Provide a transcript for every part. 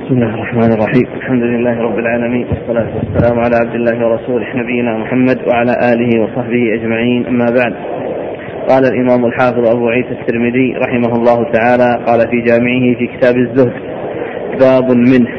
بسم الله الرحمن الرحيم. الحمد لله رب العالمين، والصلاة والسلام على عبد الله ورسوله نبينا محمد وعلى آله وصحبه أجمعين، أما بعد. قال الإمام الحافظ أبو عيسى الترمذي رحمه الله تعالى قال في جامعه في كتاب الزهد: باب منه.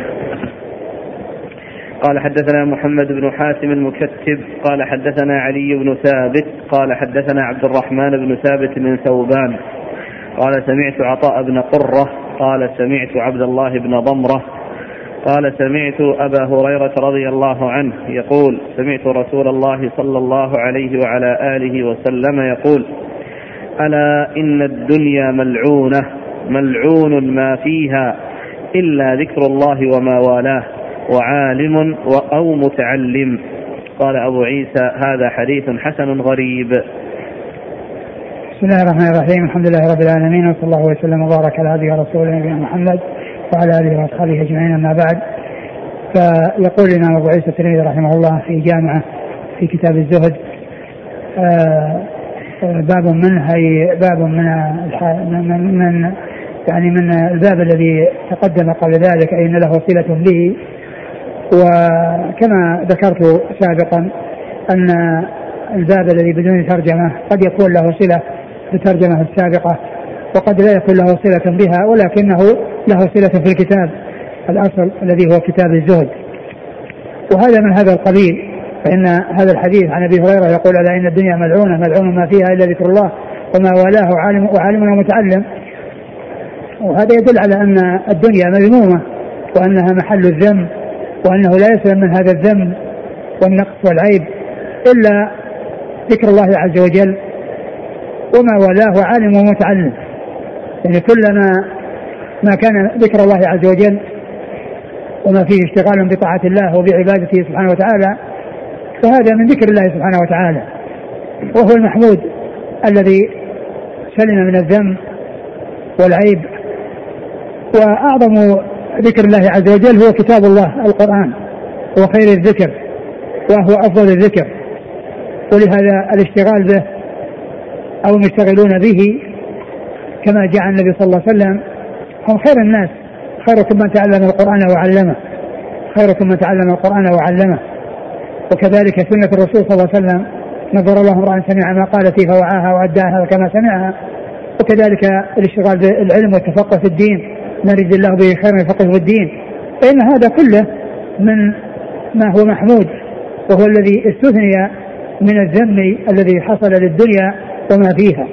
قال حدثنا محمد بن حاتم المكتب قال حدثنا علي بن ثابت قال حدثنا عبد الرحمن بن ثابت بن ثوبان قال سمعت عطاء بن قرة قال سمعت عبد الله بن ضمرة قال سمعت أبا هريرة رضي الله عنه يقول: سمعت رسول الله صلى الله عليه وعلى آله وسلم يقول: ألا إن الدنيا ملعونة ملعون ما فيها إلا ذكر الله وما والاه وعالم أو متعلم. قال أبو عيسى: هذا حديث حسن غريب. بسم الله الرحمن الرحيم. الحمد لله رب العالمين، وصلى الله وسلم وبارك على عبده ورسوله نبينا محمد وعلى آله وأصحابه أجمعين، أما بعد. فيقول لنا أبو عيسى الترمذي رحمه الله في جامعه في كتاب الزهد: باب منه، أي باب من الباب الذي تقدم قبل ذلك، أي أن له صلة به. وكما ذكرت سابقا أن الباب الذي بدون ترجمة قد يكون له صلة بالترجمة السابقة، وقد لا يكون له صلة بها، ولكنه له صلة في الكتاب الأصل الذي هو كتاب الزهد. وهذا من هذا القبيل، فإن هذا الحديث عن أبي هريرة يقول: ألا إن الدنيا ملعونة ملعون ما فيها إلا ذكر الله وما والاه وعالم ومتعلم. وهذا يدل على أن الدنيا مذمومة، وأنها محل الذم، وأنه لا يسلم من هذا الذم والنقص والعيب إلا ذكر الله عز وجل وما والاه وعالم ومتعلم. يعني كلما ما كان ذكر الله عز وجل وما فيه اشتغال بطاعة الله وبعبادته سبحانه وتعالى، فهذا من ذكر الله سبحانه وتعالى، وهو المحمود الذي سلم من الذم والعيب. وأعظم ذكر الله عز وجل هو كتاب الله القرآن، هو خير الذكر وهو أفضل الذكر، ولهذا الاشتغال به أو المشتغلون به كما جاء النبي صلى الله عليه وسلم هم خير الناس: خيركم من تعلم القرآن وعلمه، خيركم من تعلم القرآن وعلمه. وكذلك سنة الرسول صلى الله عليه وسلم: نظر الله امرأ سمع مقالتي فوعاها وأداها كما سمعها. وكذلك الاشتغال بالعلم والتفقه في الدين: نريد الله به خيرا يفقه في الدين. فإن هذا كله من ما هو محمود، وهو الذي استثني من الذم الذي حصل للدنيا وما فيها،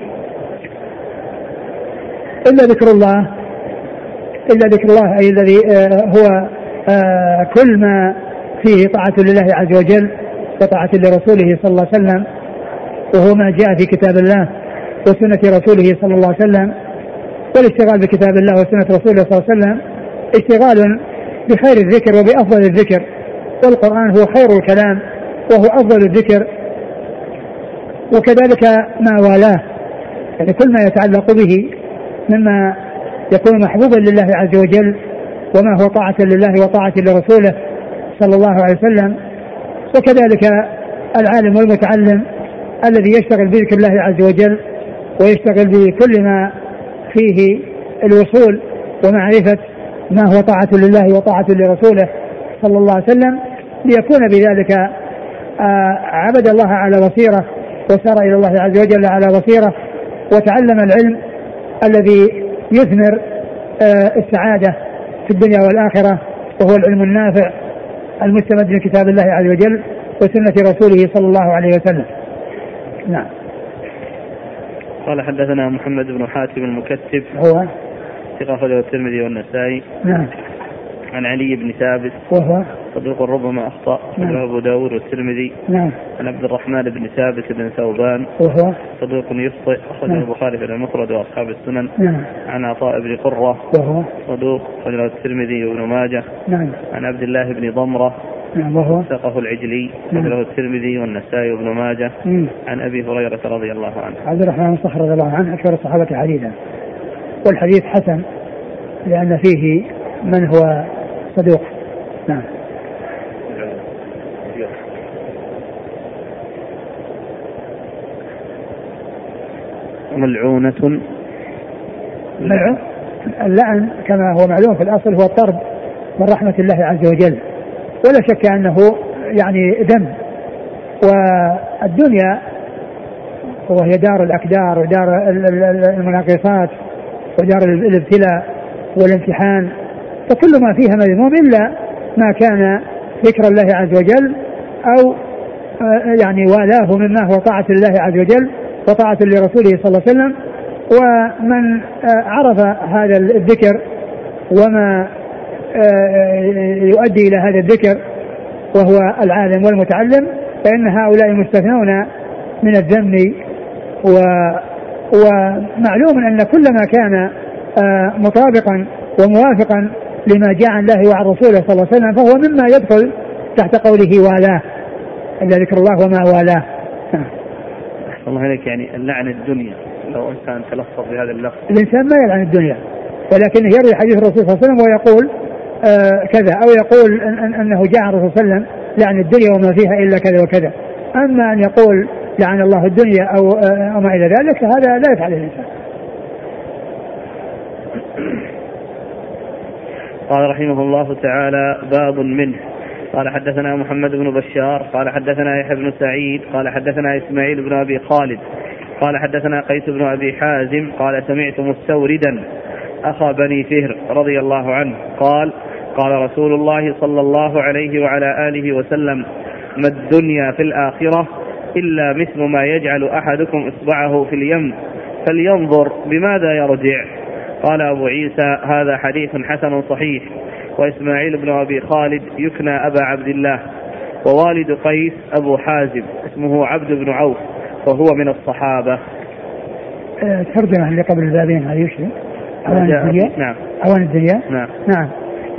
إلا ذكر الله. إلا ذكر الله أي الذي هو كل ما فيه طاعة لله عز وجل وطاعة لرسوله صلى الله عليه وسلم، وهو ما جاء في كتاب الله وسنة رسوله صلى الله عليه وسلم. والاشتغال بكتاب الله وسنة رسوله صلى الله عليه وسلم اشتغال بخير الذكر وبأفضل الذكر، والقرآن هو خير الكلام وهو أفضل الذكر. وكذلك ما والاه، يعني كل ما يتعلق به مما يكون محبوبا لله عز وجل وما هو طاعة لله وطاعة لرسوله صلى الله عليه وسلم. وكذلك العالم والمتعلم الذي يشتغل بذكر الله عز وجل ويشتغل بكل ما فيه الوصول ومعرفة ما هو طاعة لله وطاعة لرسوله صلى الله عليه وسلم، ليكون بذلك عبد الله على بصيرة وسار إلى الله عز وجل على بصيرة، وتعلم العلم الذي يثمر السعادة في الدنيا والآخرة، وهو العلم النافع المستمد من كتاب الله عز وجل وسنة رسوله صلى الله عليه وسلم. نعم. قال حدثنا محمد بن حاتم المكتب هو ثقة أخرجه الترمذي والنسائي. نعم. عن علي بن ثابت وهو صدوق ربما أخطأ، أخرجه أبو داود والترمذي. نعم. عن عبد الرحمن بن ثابت بن ثوبان وهو صدوق يخطئ، أخرجه البخاري في المفرد وأصحاب السنن. نعم. عن عطاء بن قرة وهو صدوق، أخرجه الترمذي وابن ماجه. نعم. عن عبد الله بن ضمرة وهو ثقه العجلي، أخرجه الترمذي والنسائي وابن ماجه. عن أبي هريرة رضي الله عنه. عبد الرحمن بن صخر رضي الله عنه أكثر الصحابة حديثا، والحديث حسن لأن فيه من هو صدوق. نعم. ملعونة. اللعن كما هو معلوم في الأصل هو الطرد من رحمة الله عز وجل، ولا شك أنه يعني ذنب. والدنيا وهي دار الأكدار ودار المناقصات ودار الابتلاء والامتحان، فكل ما فيها مذموم إلا ما كان ذكر الله عز وجل أو يعني والاه مما هو طاعة الله عز وجل وطاعة لرسوله صلى الله عليه وسلم. ومن عرف هذا الذكر وما يؤدي إلى هذا الذكر وهو العالم والمتعلم فإن هؤلاء مستثنون من الذم. ومعلوم أن كل ما كان مطابقا وموافقا لما جاء عن الله وعن رسوله صلى الله عليه وسلم فهو مما يدخل تحت قوله والاه، إلا ذكر الله وما والاه. الله عليك، يعني اللعن الدنيا لو إنسان تلفظ بهذا اللفظ، الإنسان ما يلعن الدنيا، ولكنه يروي حديث الرسول صلى الله عليه وسلم ويقول كذا، أو يقول أنه جاء عن الرسول صلى الله عليه وسلم لعن الدنيا وما فيها إلا كذا وكذا. أما أن يقول لعن الله الدنيا أو ما إلى ذلك هذا لا يفعل الإنسان. قال رحمه الله تعالى: باب منه. قال حدثنا محمد بن بشار قال حدثنا يحيى بن سعيد قال حدثنا إسماعيل بن أبي خالد قال حدثنا قيس بن أبي حازم قال سمعت مستوردا أخا بني فهر رضي الله عنه قال: قال رسول الله صلى الله عليه وعلى آله وسلم: ما الدنيا في الآخرة إلا مثل ما يجعل أحدكم إصبعه في اليم فلينظر بماذا يرجع. قال أبو عيسى: هذا حديث حسن صحيح. وإسماعيل بن أبي خالد يكنى أبا عبد الله، ووالد قيس أبو حازم اسمه عبد بن عوف وهو من الصحابة. ترجمة اللي قبل البابين هذا يشري أوان الدنيا. نعم. أوان الدنيا. نعم. نعم.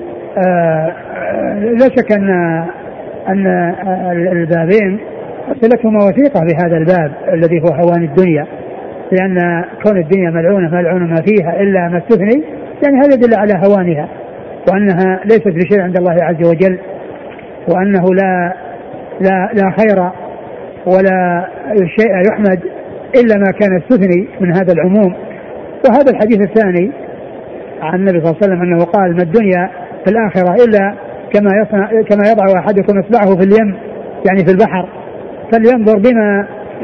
لا شك أن البابين صلتهما وثيقة بهذا الباب الذي هو هوان الدنيا، لأن كون الدنيا ملعونة ما فيها إلا ما استثني، يعني هذا يدل على هوانها وأنها ليست بشيء عند الله عز وجل، وأنه لا خير ولا شيء يحمد إلا ما كان استثني من هذا العموم. وهذا الحديث الثاني عن النبي صلى الله عليه وسلم أنه قال: ما الدنيا في الآخرة إلا كما يضع أحدكم إصبعه في اليم، يعني في البحر، فلينظر بما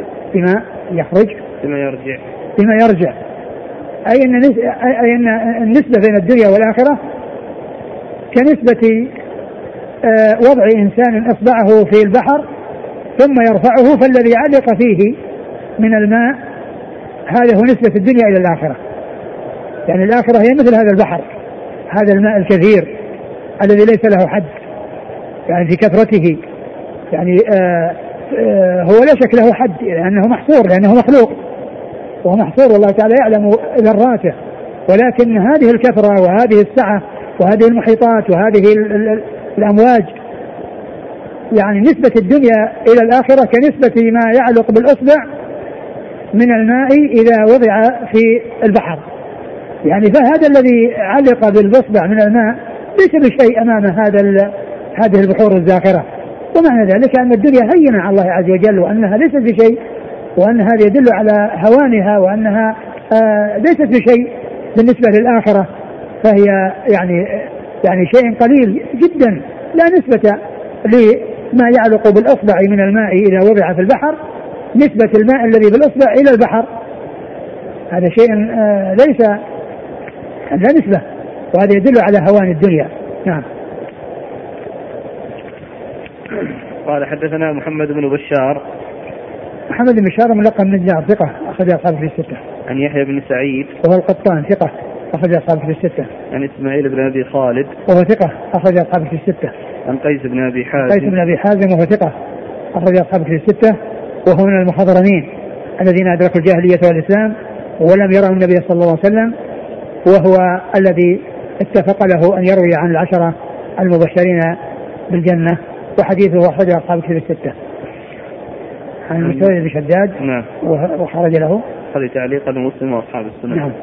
يخرج بما يرجع. أي أن النسبة بين الدنيا والآخرة كنسبة وضع إنسان إصبعه في البحر ثم يرفعه، فالذي علق فيه من الماء هذا هو نسبة الدنيا إلى الآخرة. يعني الآخرة هي مثل هذا البحر، هذا الماء الكثير الذي ليس له حد يعني في كثرته، يعني هو لا شك له حد لأنه محصور، لأنه مخلوق وهو محصور والله تعالى يعلم ذراته، ولكن هذه الكثرة وهذه السعة وهذه المحيطات وهذه الأمواج، يعني نسبة الدنيا إلى الآخرة كنسبة ما يعلق بالأصبع من الماء إذا وضع في البحر. يعني فهذا الذي علق بالأصبع من الماء ليس بشيء أمام هذه البحور الزاخرة. ومعنى ذلك أن الدنيا هينة على الله عز وجل، وأنها ليست بشيء، وأن هذا يدل على هوانها، وأنها ليست بشيء بالنسبة للآخرة، فهي يعني شيء قليل جدا لا نسبة لما يعلق بالأصبع من الماء إذا وضع في البحر، نسبة الماء الذي بالأصبع إلى البحر هذا شيء ليس لا نسبة، وهذا يدل على هوان الدنيا. نعم. قال حدثنا محمد بن بشار. محمد بن بشار ملقب من النجار ثقة أخرج أصحابه في الستة. عن يحيى بن سعيد وهو القطان ثقة أخرج أصحابه في الستة. عن إسماعيل بن أبي خالد وهو ثقة أخرج أصحابه في الستة. عن قيس بن أبي حازم. قيس بن أبي حازم وهو ثقة أخرج أصحابه في الستة، وهو من المخضرمين الذين أدركوا الجاهلية والإسلام ولم يروا النبي صلى الله عليه وسلم، وهو الذي اتفق له أن يروي عن العشرة المبشرين بالجنة، وحديثه أخرج أصحابه في الستة. عن المسعود بن شداد. نعم. وخرج له هذه تعليقا مسلم وأصحاب السنة. نعم.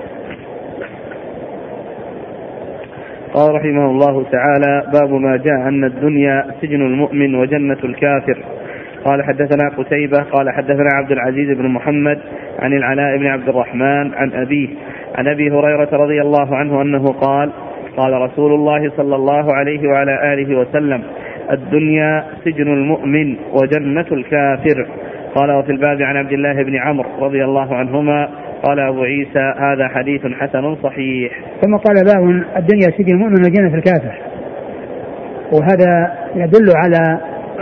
قال رحمه الله تعالى: باب ما جاء أن الدنيا سجن المؤمن وجنة الكافر. قال حدثنا قتيبة قال حدثنا عبد العزيز بن محمد عن العلاء بن عبد الرحمن عن أبيه عن أبي هريرة رضي الله عنه أنه قال: قال رسول الله صلى الله عليه وعلى آله وسلم: الدنيا سجن المؤمن وجنة الكافر. قال: وفي الباب عن عبد الله بن عمرو رضي الله عنهما. قال أبو عيسى: هذا حديث حسن صحيح. ثم قال: باب الدنيا سجن المؤمن وجنة الكافر. وهذا يدل على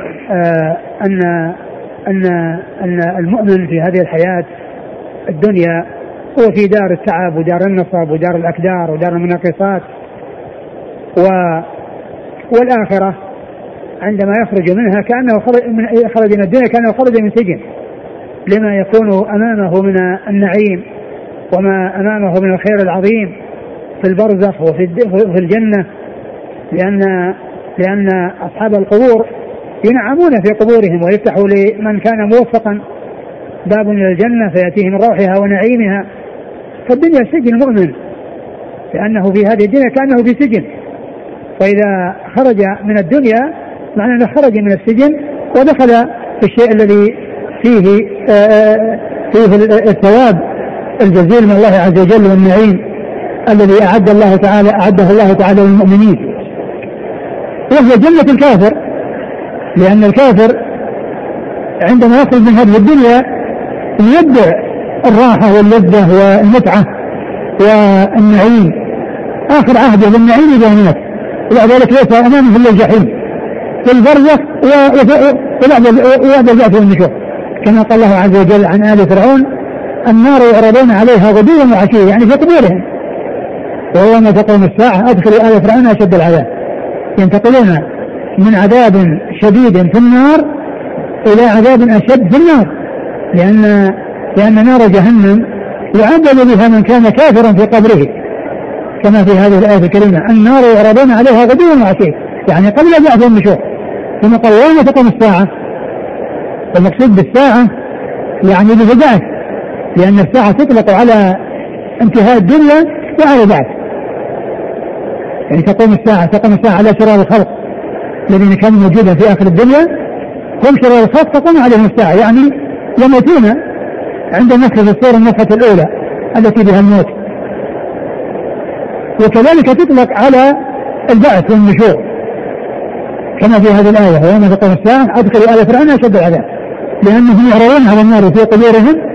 أن المؤمن في هذه الحياة الدنيا هو في دار التعب ودار النصب ودار الأكدار ودار المناقصات، والآخرة عندما يخرج منها كأنه خرج من الدنيا كأنه خرج من سجن، لما يكون أمامه من النعيم وما أمامه من الخير العظيم في البرزخ وفي الجنة، لأن أصحاب القبور ينعمون في قبورهم ويفتحوا لمن كان موفقا باب إلى الجنة فيأتيه من روحها ونعيمها. فالدنيا سجن المؤمن، لأنه في هذه الدنيا كأنه في سجن، فإذا خرج من الدنيا معنى أنه خرج من السجن ودخل في الشيء الذي فيه الثواب الجزيل من الله عز وجل والنعيم الذي أعده الله تعالى للمؤمنين، وهي جنة الكافر. لأن الكافر عندما يخرج من هذه الدنيا يبدع الراحة واللذة والمتعة والنعيم، آخر عهده بالنعيم إذا مات، وبعد ذلك ليس أمامه إلا الجحيم في البرزخ وبعد ذلك النشور، كما قال الله عز وجل عن آل فرعون: النار يعرضون عليها غدوا وعشيا، يعني في قبورهم. ويوم تقوم الساعة أدخلوا آل فرعون أشد العذاب، ينتقلون من عذاب شديد في النار إلى عذاب أشد في النار، لأن نار جهنم يعذب بها من كان كافرا في قبره، كما في هذه الآية الكريمة: النار يعرضون عليها غدوا وعشيا، يعني قبل بعث النشور. ثم قال: يوم تقوم الساعة، المقصود بالساعة يعني بالبعث، لأن الساعة تطلق على انتهاء الدنيا وعلى البعث. يعني تقوم الساعة على شرار الخلق الذين كانوا موجودا في آخر الدنيا، هم شرار الخلق تقوم عليهم الساعة، يعني يموتون عند النفخ في الصور النفخة الأولى التي بها الموت. وكذلك تطلق على البعث والنشور كما في هذه الآية: ويوم تقوم الساعة أدخلوا آل فرعون أشد العذاب، لأنهم يعرضون على النار في قبورهم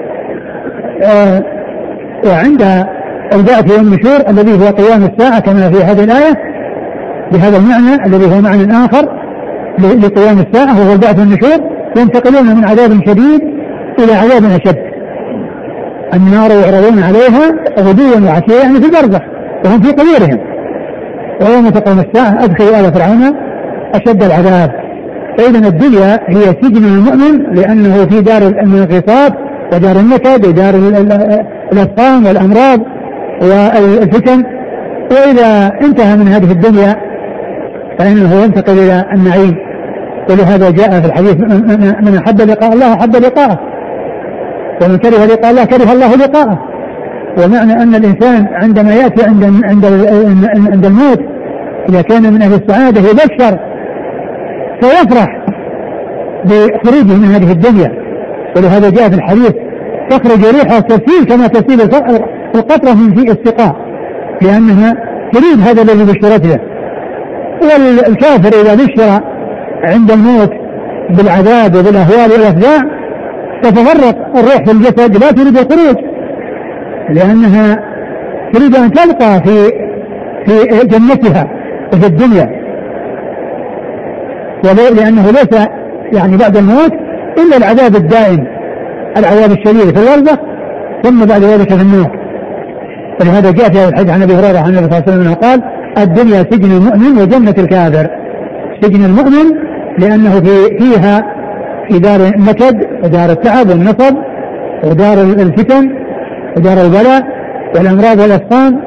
وعند البعث والنشور الذي هو قيام الساعة كما في هذه الآية بهذا المعنى الذي هو معنى آخر لقيام الساعة وهو البعث والنشور، ينتقلون من عذاب شديد إلى عذاب أشد. النار يعرضون عليها غدوا وعشيا، يعني في البرزخ وهم في قبورهم. ويوم تقوم الساعة أدخلوا آل فرعون أشد العذاب. فإذا الدنيا هي سجن المؤمن، لأنه في دار المنغصات ودار النكد ودار الأسقام والأمراض والفتن، وإذا انتهى من هذه الدنيا فإنه ينتقل إلى النعيم. ولهذا جاء في الحديث: من أحب لقاء الله أحب لقاءه، ومن كره لقاء الله كره الله لقاءه. ومعنى أن الإنسان عندما يأتي عند الموت إذا كان من أهل السعادة يبشر فيفرح بخروجه من هذه الدنيا. ولهذا جاء في الحديث: تخرج ريحها تسيل كما تسيل القطرة من في السقاء، لأنها تريد هذا الذي بشرت له. والكافر إذا بشر عند الموت بالعذاب وبالأهوال والأفزاع تتفرق الروح في الجسد، لا تريد الخروج، لأنها تريد أن تبقى في جنتها وفي الدنيا، لأنه ليس يعني بعد الموت إلا العذاب الدائم، العذاب الشديد في البرزخ ثم بعد ذلك في النار. ولهذا جاء في الحديث عن أبي هريرة عن النبي صلى الله عليه وسلم قال: الدنيا سجن المؤمن وجنة الكافر. سجن المؤمن لأنه فيها في دار النكد ودار التعب والنصب ودار الفتن ودار البلاء والأمراض والأسقام.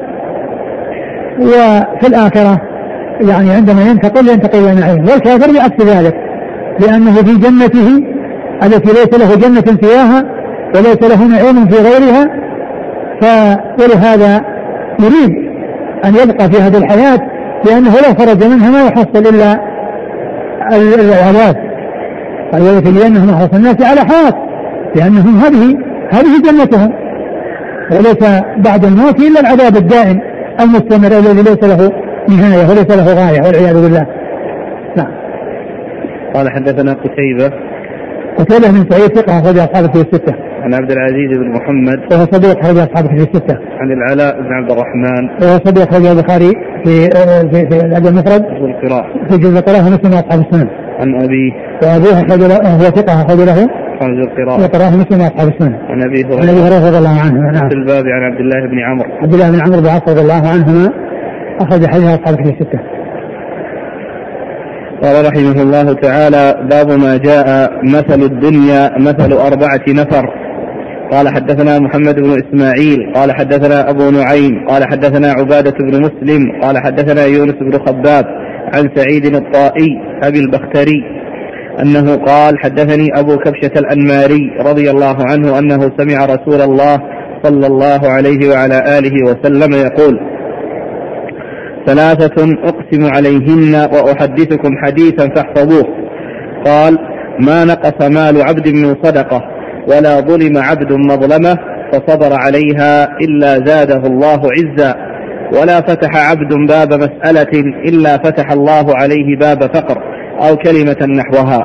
وفي الآخرة يعني عندما ينتقل إلى النعيم. والكافر بعكس ذلك، لأنه في جنته التي ليس له جنة سواها وليس له نعيم في غيرها، ولهذا يريد أن يبقى في هذه الحياة، لأنه لو خرج منها ما يحصل إلا العذاب. وليتجنهم أحرص الناس على حياة، لأنهم هذه جنتهم، وليس بعد الموت إلا العذاب الدائم المستمر الذي ليس له نهاية وليس له غاية والعياذ بالله. نعم. قال حدثنا قتيبة بن سعيد ثقة أخرج أصحابه في الستة. عن عبد العزيز بن محمد وهو صديق أخرج أصحابه في الستة. عن العلاء بن عبد الرحمن وهو صديق أخرج البخاري في الأدب المفرد في جزء القراءة ومسلم وأصحاب السنن. عن أبيه وهو ثقة أخرج له القراءة مسلم وأصحاب السنن. عن أبي هريرة رضي الله عنه. في الباب عن عبد الله بن عمرو بن العاص رضي الله عنهما أخرج حديث أصحابه في الستة. قال رحمه الله تعالى: باب ما جاء مثل الدنيا مثل 4 نفر. قال حدثنا محمد بن إسماعيل قال حدثنا أبو نعيم قال حدثنا عبادة بن مسلم قال حدثنا يونس بن خباب عن سعيد الطائي أبي البختري أنه قال: حدثني أبو كبشة الأنماري رضي الله عنه أنه سمع رسول الله صلى الله عليه وعلى آله وسلم يقول: 3 أقسم عليهن وأحدثكم حديثا فاحفظوه. قال: ما نقص مال عبد من صدقة ولا ظلم عبد مظلمة فصبر عليها إلا زاده الله عزا، ولا فتح عبد باب مسألة إلا فتح الله عليه باب فقر أو كلمة نحوها.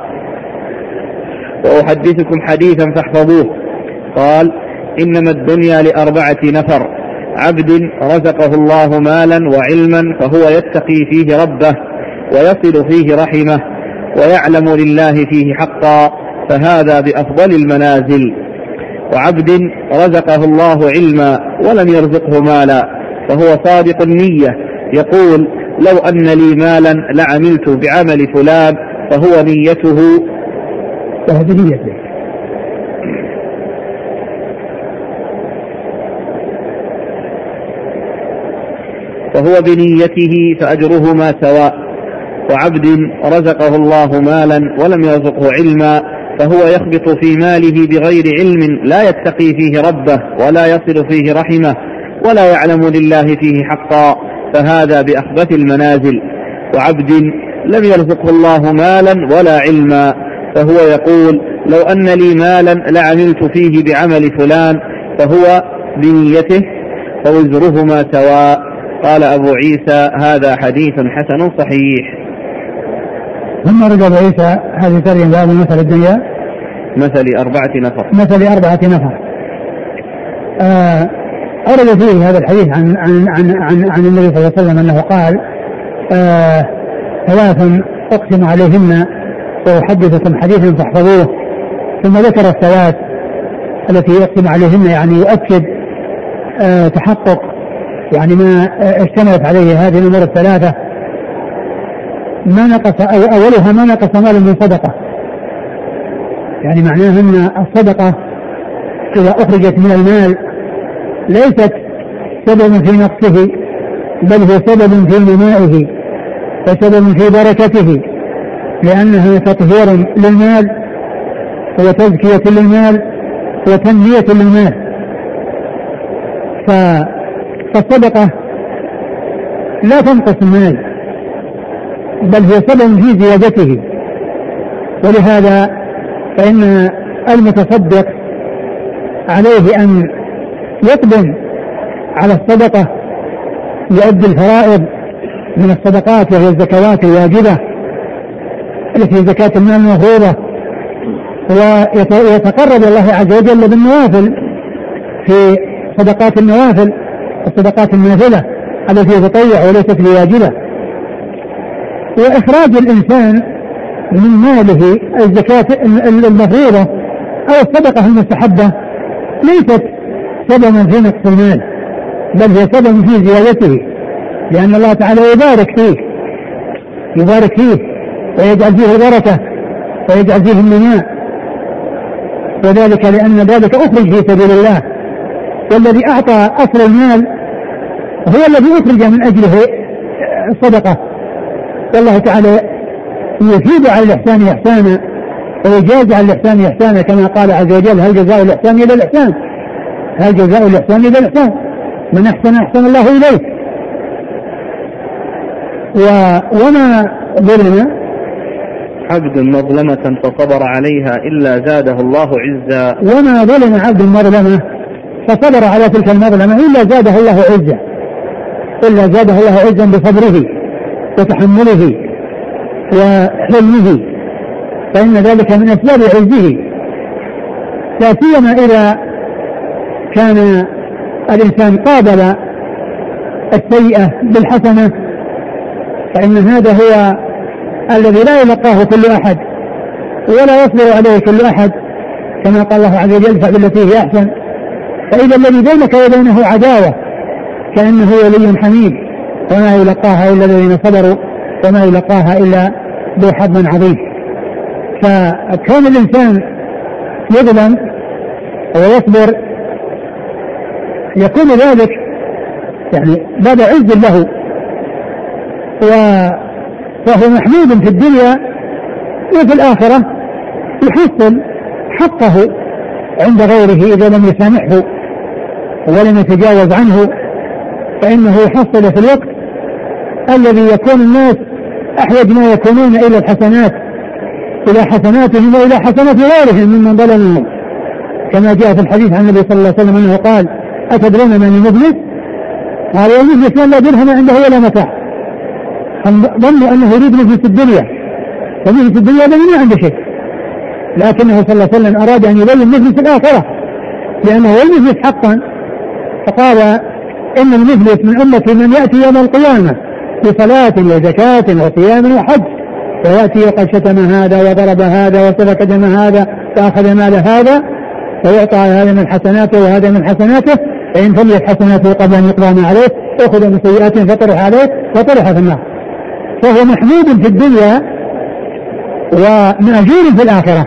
وأحدثكم حديثا فاحفظوه. قال: إنما الدنيا ل4 نفر: عبد رزقه الله مالا وعلما فهو يتقي فيه ربه ويصل فيه رحمه ويعلم لله فيه حقا فهذا بأفضل المنازل. وعبد رزقه الله علما ولم يرزقه مالا فهو صادق النية يقول: لو أن لي مالا لعملت بعمل فلان فهو بنيته فأجرهما سواء. وعبد رزقه الله مالا ولم يرزقه علما فهو يخبط في ماله بغير علم لا يتقي فيه ربه ولا يصل فيه رحمه ولا يعلم لله فيه حقا فهذا بأخبث المنازل. وعبد لم يرزقه الله مالا ولا علما فهو يقول: لو أن لي مالا لعملت فيه بعمل فلان فهو بنيته فوزرهما سواء. قال أبو عيسى: هذا حديث حسن صحيح. ثم رد أبو عيسى هذه ترجمة باب مثل الدنيا مثل 4 نفر. أورد فيه هذا الحديث عن النبي صلى الله عليه وسلم أنه قال: 3 أقسم عليهن وأحدثكم حديثا فاحفظوه. ثم ذكر الثلاث التي يقسم عليهن، يعني يؤكد تحقق يعني ما اشتملت عليه هذه الأمور الثلاثة. ما نقص أولها ما نقص مال من صدقة، يعني معناه أن الصدقة إذا أخرجت من المال ليست سبب في نقصه بل هو سبب في نمائه وسبب في بركته، لأنها تطهير للمال وتزكية للمال وتنمية للمال. فالصدقة لا تنقص المال بل هي سبب في زيادته. ولهذا فإن المتصدق عليه أن يقدم على الصدقة يؤدي الفرائض من الصدقات وهي الزكوات الواجبة التي زكاة المال المفروضة، ويتقرب الله عز وجل بالنوافل في صدقات النوافل الصدقات النافلة التي تطيع وليست بواجبة. وإخراج الإنسان من ماله الزكاة المفروضة أو الصدقة المستحبة ليست سببا في نقص المال بل هي سبب في زيادته، لأن الله تعالى يبارك فيه ويجعل فيه البركة ويجعل فيه النماء، وذلك لأن ذلك أخرج في سبيل الله، والذي أعطى أصل المال هو الذي أخرج من أجله الصدقة. والله تعالى يزيد على الإحسان إحسانا ويجازي على الإحسان إحسانا، كما قال عز وجل: هل جزاء الإحسان إلا الإحسان، هل جزاء الإحسان إلا الإحسان، من أحسن أحسن الله إليه. وما ظلم عبد مظلمة فصبر عليها إلا زاده الله عزا. وما ظلم عبد مظلمة فصبر على تلك المظلمة إلا زاده الله عزا. إلا زاده الله عزا بصبره وتحمله وحلمه، فإن ذلك من أسباب عزه، لا سيما إذا كان الإنسان قابل السيئة بالحسنة، فإن هذا هو الذي لا يلقاه كل أحد ولا يصبر عليه كل أحد، كما قال الله عز وجل ادفع بالتي هي أحسن، فإذا الذي بينك وبينه عداوة كأنه ولي حميد، وما يلقاها إلا الذين صبروا وما يلقاها إلا ذو حظ عظيم. فكون الإنسان يظلم ويصبر يكون ذلك يعني باب عز له، وهو محمود في الدنيا وفي الآخرة، يحصل حقه عند غيره إذا لم يسامحه ولم يتجاوز عنه، فإنه يحصل في الوقت الذي يكون الناس أحوج ما يكونون إلى الحسنات، إلى حسناتهم وإلى حسنات غيرهم ممن ظلمهم، كما جاء في الحديث عن النبي صلى الله عليه وسلم أنه قال أتدرون من المفلس؟ قال المفلس من لا درهم عنده ولا متاع، ظنوا أنه يريد مفلس الدنيا، فمفلس الدنيا الذي ما عنده شيء، لكنه صلى الله عليه وسلم أراد أن يبين مفلس الآخرة لأنه هو المفلس حقا، فقال إن المفلس من أمتي من يأتي يوم القيامة بصلاة وزكاة وصيام وحج، فيأتي وقد شتم هذا وضرب هذا وسفك دم هذا فأخذ مال هذا، فيعطى هذا من حسناته وهذا من حسناته، فإن فليت حسناته قبل أن يقضى ما عليه أخذ من سيئات فطرح عليه وطرح في النار، فهو محمود في الدنيا ومأجور في الآخرة.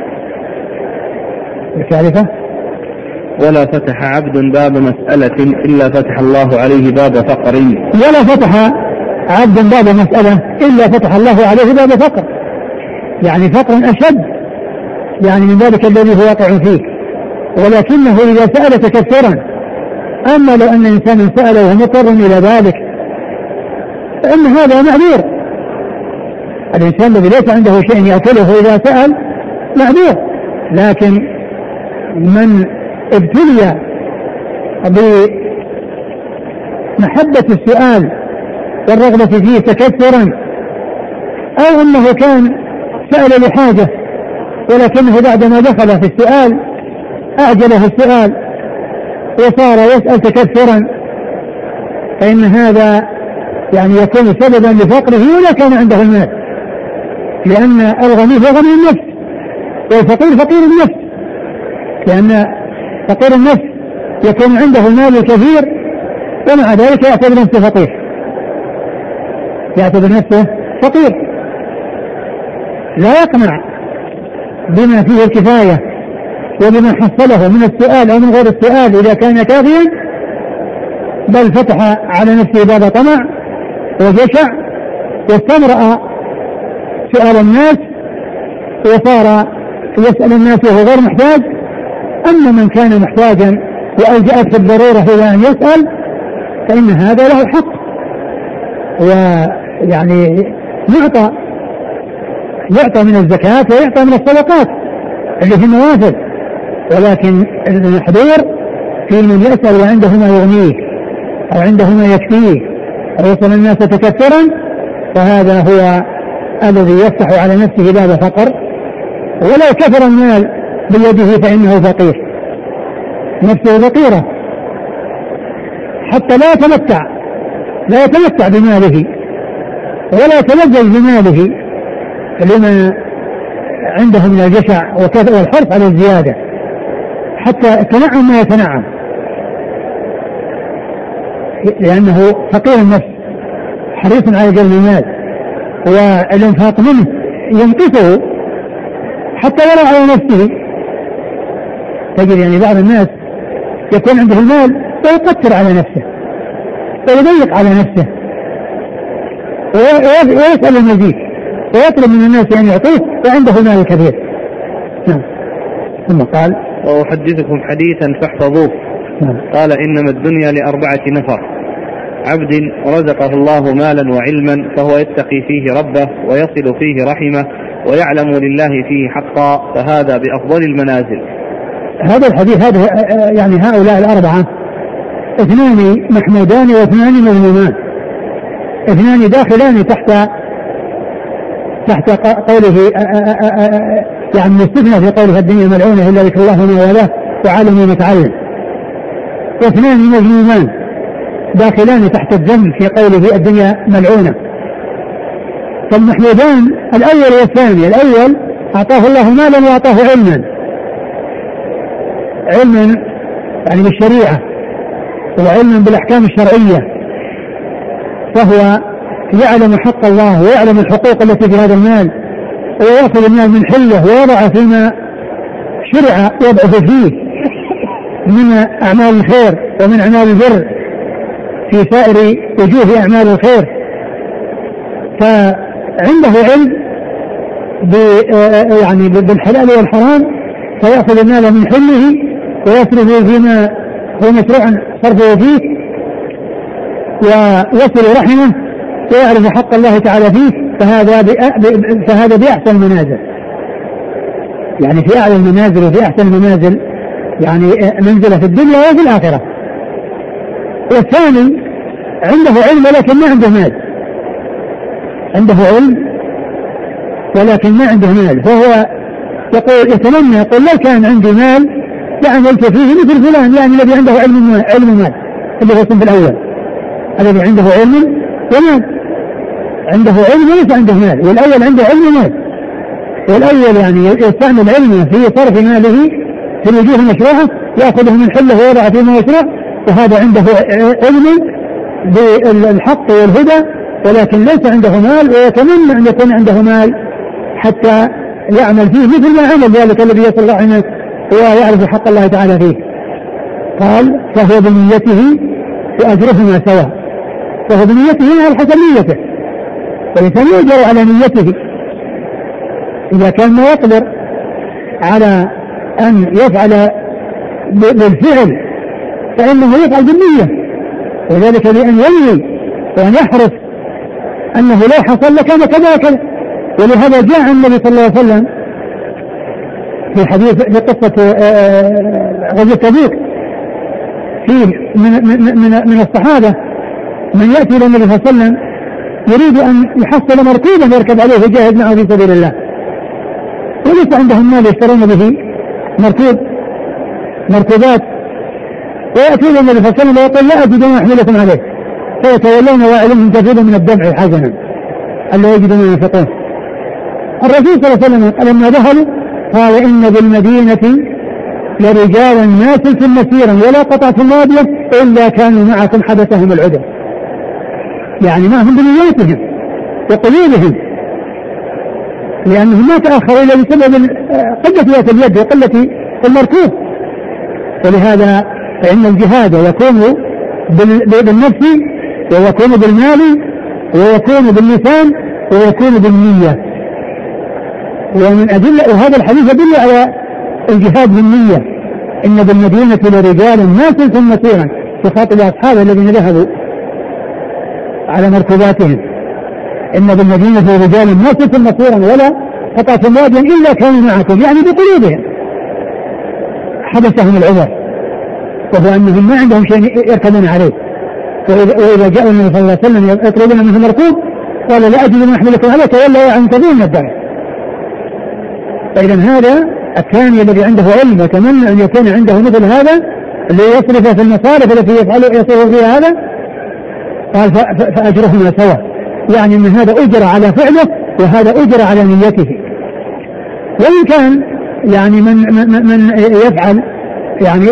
الثالثة: ولا فتح عبد باب مسألة إلا فتح الله عليه باب فقر. ولا فتح عبد باب مسألة إلا فتح الله عليه باب فقر، يعني فقر أشد، يعني من ذلك الذي هو واقع فيه، ولكنه إذا سأل تكثرا. أما لو أن الإنسان سأل وهو مضطر إلى ذلك فإن هذا معذور، الإنسان الذي ليس عنده شيء يأكله إذا سأل معذور، لكن من ابتلي بمحبة السؤال والرغبة فيه تكثرا، أو أنه كان سأل لحاجة ولكنه بعدما دخل في السؤال أعجله السؤال وصار يسأل تكثرا، فإن هذا يعني يكون سببا لفقره ولا كان عنده المال، لأن الغني هو غني النفس والفقير فقير النفس، لأن فقير النفس يكون عنده المال الكثير ومع ذلك يعتبر نفسه فقير، يعتبر نفسه فقير، لا يقنع بما فيه الكفاية وبما حصله من السؤال أو من غير السؤال إذا كان كافيا، بل فتح على نفسه باب طمع وجشع واستمرأ سؤال الناس وصار يسأل الناس وهو غير محتاج. أما من كان محتاجا وألجأت الضرورة إلى أن يسأل فإن هذا له حق، ويعني يعطى من الزكاة ويعطى من الصدقات اللي في النوافل، ولكن المحذور في من يسأل وعنده ما يغنيه أو عنده ما يكفيه أو يصل الناس تكثرا، فهذا هو الذي يفتح على نفسه باب فقر، ولو كثر المال بيده فإنه فقير، نفسه فقيرة حتى لا يتمتع بماله ولا يتلذذ بماله لما عنده من الجشع والحرص على الزيادة، حتى التنعم ما يتنعم لأنه فقير النفس حريص على جلب المال، والانفاق منه ينقصه حتى ولا على نفسه. تجد يعني بعض الناس يكون عنده المال ويقتر على نفسه ويضيق على نفسه ويسأل المزيد ويطلب من الناس أن يعطيه وعنده المال الكثير. نعم. ثم قال: وأحدثكم حديثا فاحفظوه. قال: إنما الدنيا ل4 نفر: عبد رزقه الله مالا وعلما فهو يتقي فيه ربه ويصل فيه رحمه ويعلم لله فيه حقا، فهذا بأفضل المنازل. هذا الحديث هذا يعني هؤلاء 4 اثنان محمودان واثنان مذمومان، اثنان داخلان تحت قوله يعني مستثنى في قوله الدنيا ملعونة إلا ذكر الله وما والاه وعالم ومتعلم، واثنان مذمومان داخلان تحت الذم في قوله الدنيا ملعونة. فالمحمودان الأول والثاني، الأول أعطاه الله مالا وأعطاه علما يعني بالشريعة وعلما بالأحكام الشرعية، فهو يعلم حق الله ويعلم الحقوق التي في هذا المال ويأخذ المال من حله ويضع فيما شرع وضعه فيه من أعمال الخير ومن أعمال البر في سائر وجوه أعمال الخير. فعنده علم يعني بالحلال والحرام، فيأخذ المال من حله ويصرفه فيما هو مشروع صرفه فيه، ويصل رحمه ويعرف حق الله تعالى فيه، فهذا بأحسن المنازل، يعني في أعلى المنازل وفي أحسن المنازل، يعني منزلة في الدنيا وفي الآخرة. والثاني عنده علم ولكن ما عنده مال، عنده علم ولكن ما عنده مال، فهو يتمنى يقول لو كان عندي مال لعملت فيه مثل فلان، يعني الذي عنده علم مال، اللي هو الصنف الأول الذي عنده علم ومال، عنده علم وليس عنده مال، والأول عنده علم ومال. والأول يعني يستعمل علمه في صرف ماله في الوجوه المشروعة، يأخذه من حله ويضع فيما يشرع، وهذا عنده علم بالحق والهدى ولكن ليس عنده مال، ويتمنى أن يكون عنده مال حتى يعمل فيه مثل ما عمل ذلك الذي يصل رحمه ويعرف حق الله تعالى فيه. قال فهو بنيته وأجرهما سواء، فهو بنيته على حسب نيته، والإنسان يؤجر على نيته إذا كان ما يقدر على أن يفعل بالفعل فإنه يفعل بالنية، وذلك بأن ينوي وأن يحرص أنه لو حصل لكان كذا وكذا. ولهذا جاء النبي صلى الله عليه وسلم في حديث في قصة غزوة تبوك فيه من الصحابة من يأتي إلى النبي صلى الله عليه وسلم يريد أن يحصل مركوبا يركب عليه ويجاهد معه في سبيل الله، وليس عندهم مال يشترون به مركوبات، ويأتي إلى النبي صلى الله عليه وسلم ويقول لا أجد ما أحملكم عليه، فيتولون وأعلمهم تفيض من الدمع حزنا ألا يجدوا ما ينفقون. الرسول صلى الله عليه وسلم لما ذهلوا قال إن بالمدينة لرجالا ما سلتم مسيرا ولا قطعتم واديا إلا كانوا معكم حدثهم العدى، يعني معهم بنياتهم وقلوبهم، لأنهم ما تأخروا إلا بسبب قلة ذات اليد وقلة المركوب. ولهذا فإن الجهاد يكون بالنفس ويكون بالمال ويكون باللسان ويكون بالنية. ومن أدلة وهذا الحديث يدل على الجهاد بالنية. إن بالمدينة لرجال ما سلتم مسيرا، يخاطب أصحابه الذين ذهبوا على مركوباتهم، إن بالمدينة لرجال ما سلتم مسيرا ولا قطعتم واديا إلا كانوا معكم، يعني بقلوبهم حبسهم العذر، وهو أنهم ما عندهم شيء يركبون عليه. وإذا جاءوا النبي صلى الله عليه وسلم يطلبون منه مركوب قال لا أجد ما أحملكم عليه ولا ينتظرون الدرع. فإذا هذا الثاني الذي عنده علم ويتمنى أن يكون عنده مثل هذا اللي يصرف في المصارف التي يصرف فيها هذا، قال فأجرهما سواء، يعني أن هذا أجر على فعله وهذا أجر على نيته. وإن كان يعني من يفعل يعني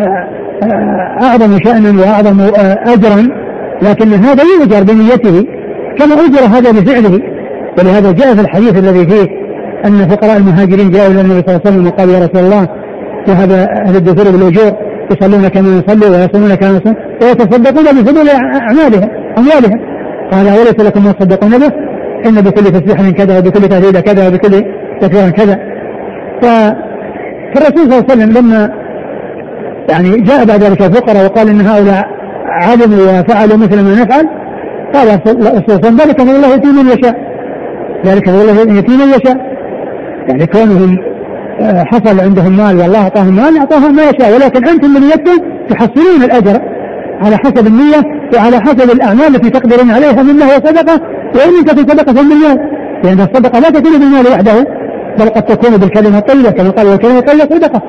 أعظم شأنا وأعظم أجرا، لكن هذا يؤجر بنيته كما أجر هذا بفعله. ولهذا جاء في الحديث الذي فيه أن فقراء المهاجرين جاءوا إلى النبي صلى الله عليه وسلم وقالوا يا رسول الله وهذا أهل الدثور بالأجور يصلون كما يصلوا ويصومون كما يصومون ويتصدقون بفضل أموالهم، قال وليس لكم ما تصدقون به إن بكل تسبيح كذا وبكل تهليل كذا وبكل تكبير كذا. فالرسول صلى الله عليه وسلم لما يعني جاء بعد ذلك الفقراء وقال إن هؤلاء علموا وفعلوا مثل ما نفعل، قال الرسول ذلك من الله يؤتي من يشاء، ذلك من الله يؤتي من يشاء، يعني كونهم حصل عندهم مال والله أعطاهم مال أعطاهم ما يشاء، ولكن أنتم من يدكم تحصلون الأجر على حسب النية وعلى حسب الأعمال التي تقدرون عليها مما هو صدقة، وإن كانت صدقة بالمال، لأن الصدقة لا تكون بالمال وحده، بل قد تكون بالكلمة الطيبة كما قال والكلمة الطيبة صدقة.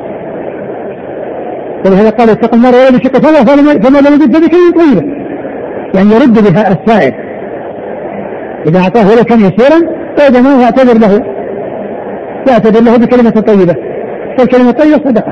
ولهذا قال اتقوا النار ولو بشق تمرة فما لم يجد بكلمة طيبة، يعني يرد بها السائل إذا أعطاه ولو كان يسيرا فإذا ما يعتذر له بكلمة طيبة، فالكلمة الطيبة صدقة.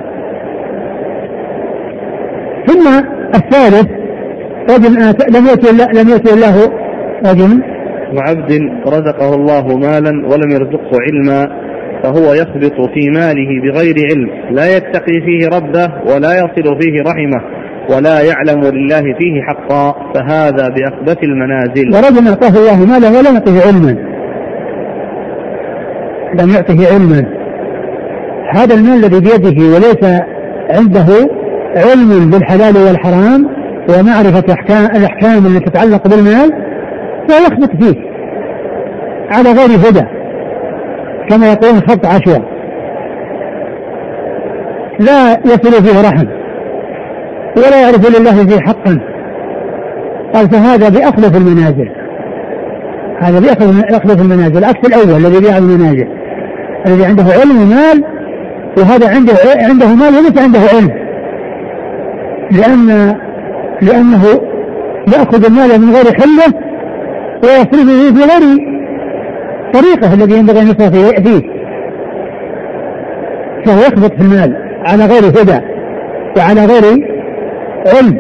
ثم الثالث رجل لم يؤتي الله رجل وعبد رزقه الله مالا ولم يرزقه علما، فهو يخبط في ماله بغير علم، لا يتقي فيه ربه ولا يصل فيه رحمه ولا يعلم لله فيه حقا، فهذا بأخبث المنازل. ورجل أعطاه الله مالا ولم يعطه علما، لم يعطه علما، هذا المال الذي بيده وليس عنده علم بالحلال والحرام ومعرفة الأحكام التي تتعلق بالمال، فيخبط فيه على غير هدى كما يقولون خبط عشوائي، لا يصل فيه رحم ولا يعرف لله فيه حقا. قال فهذا بأخلف المنازل، هذا بأخلف المنازل عكس الأول الذي بيع المنازل، الذي عنده علم ومال، وهذا عنده مال وليس عنده علم، لأنه يأخذ المال من غير حله ويصرفه في غير طريقه الذي ينبغي أن يصرف فيه، فهو يخبط في المال على غير هدى وعلى غير علم.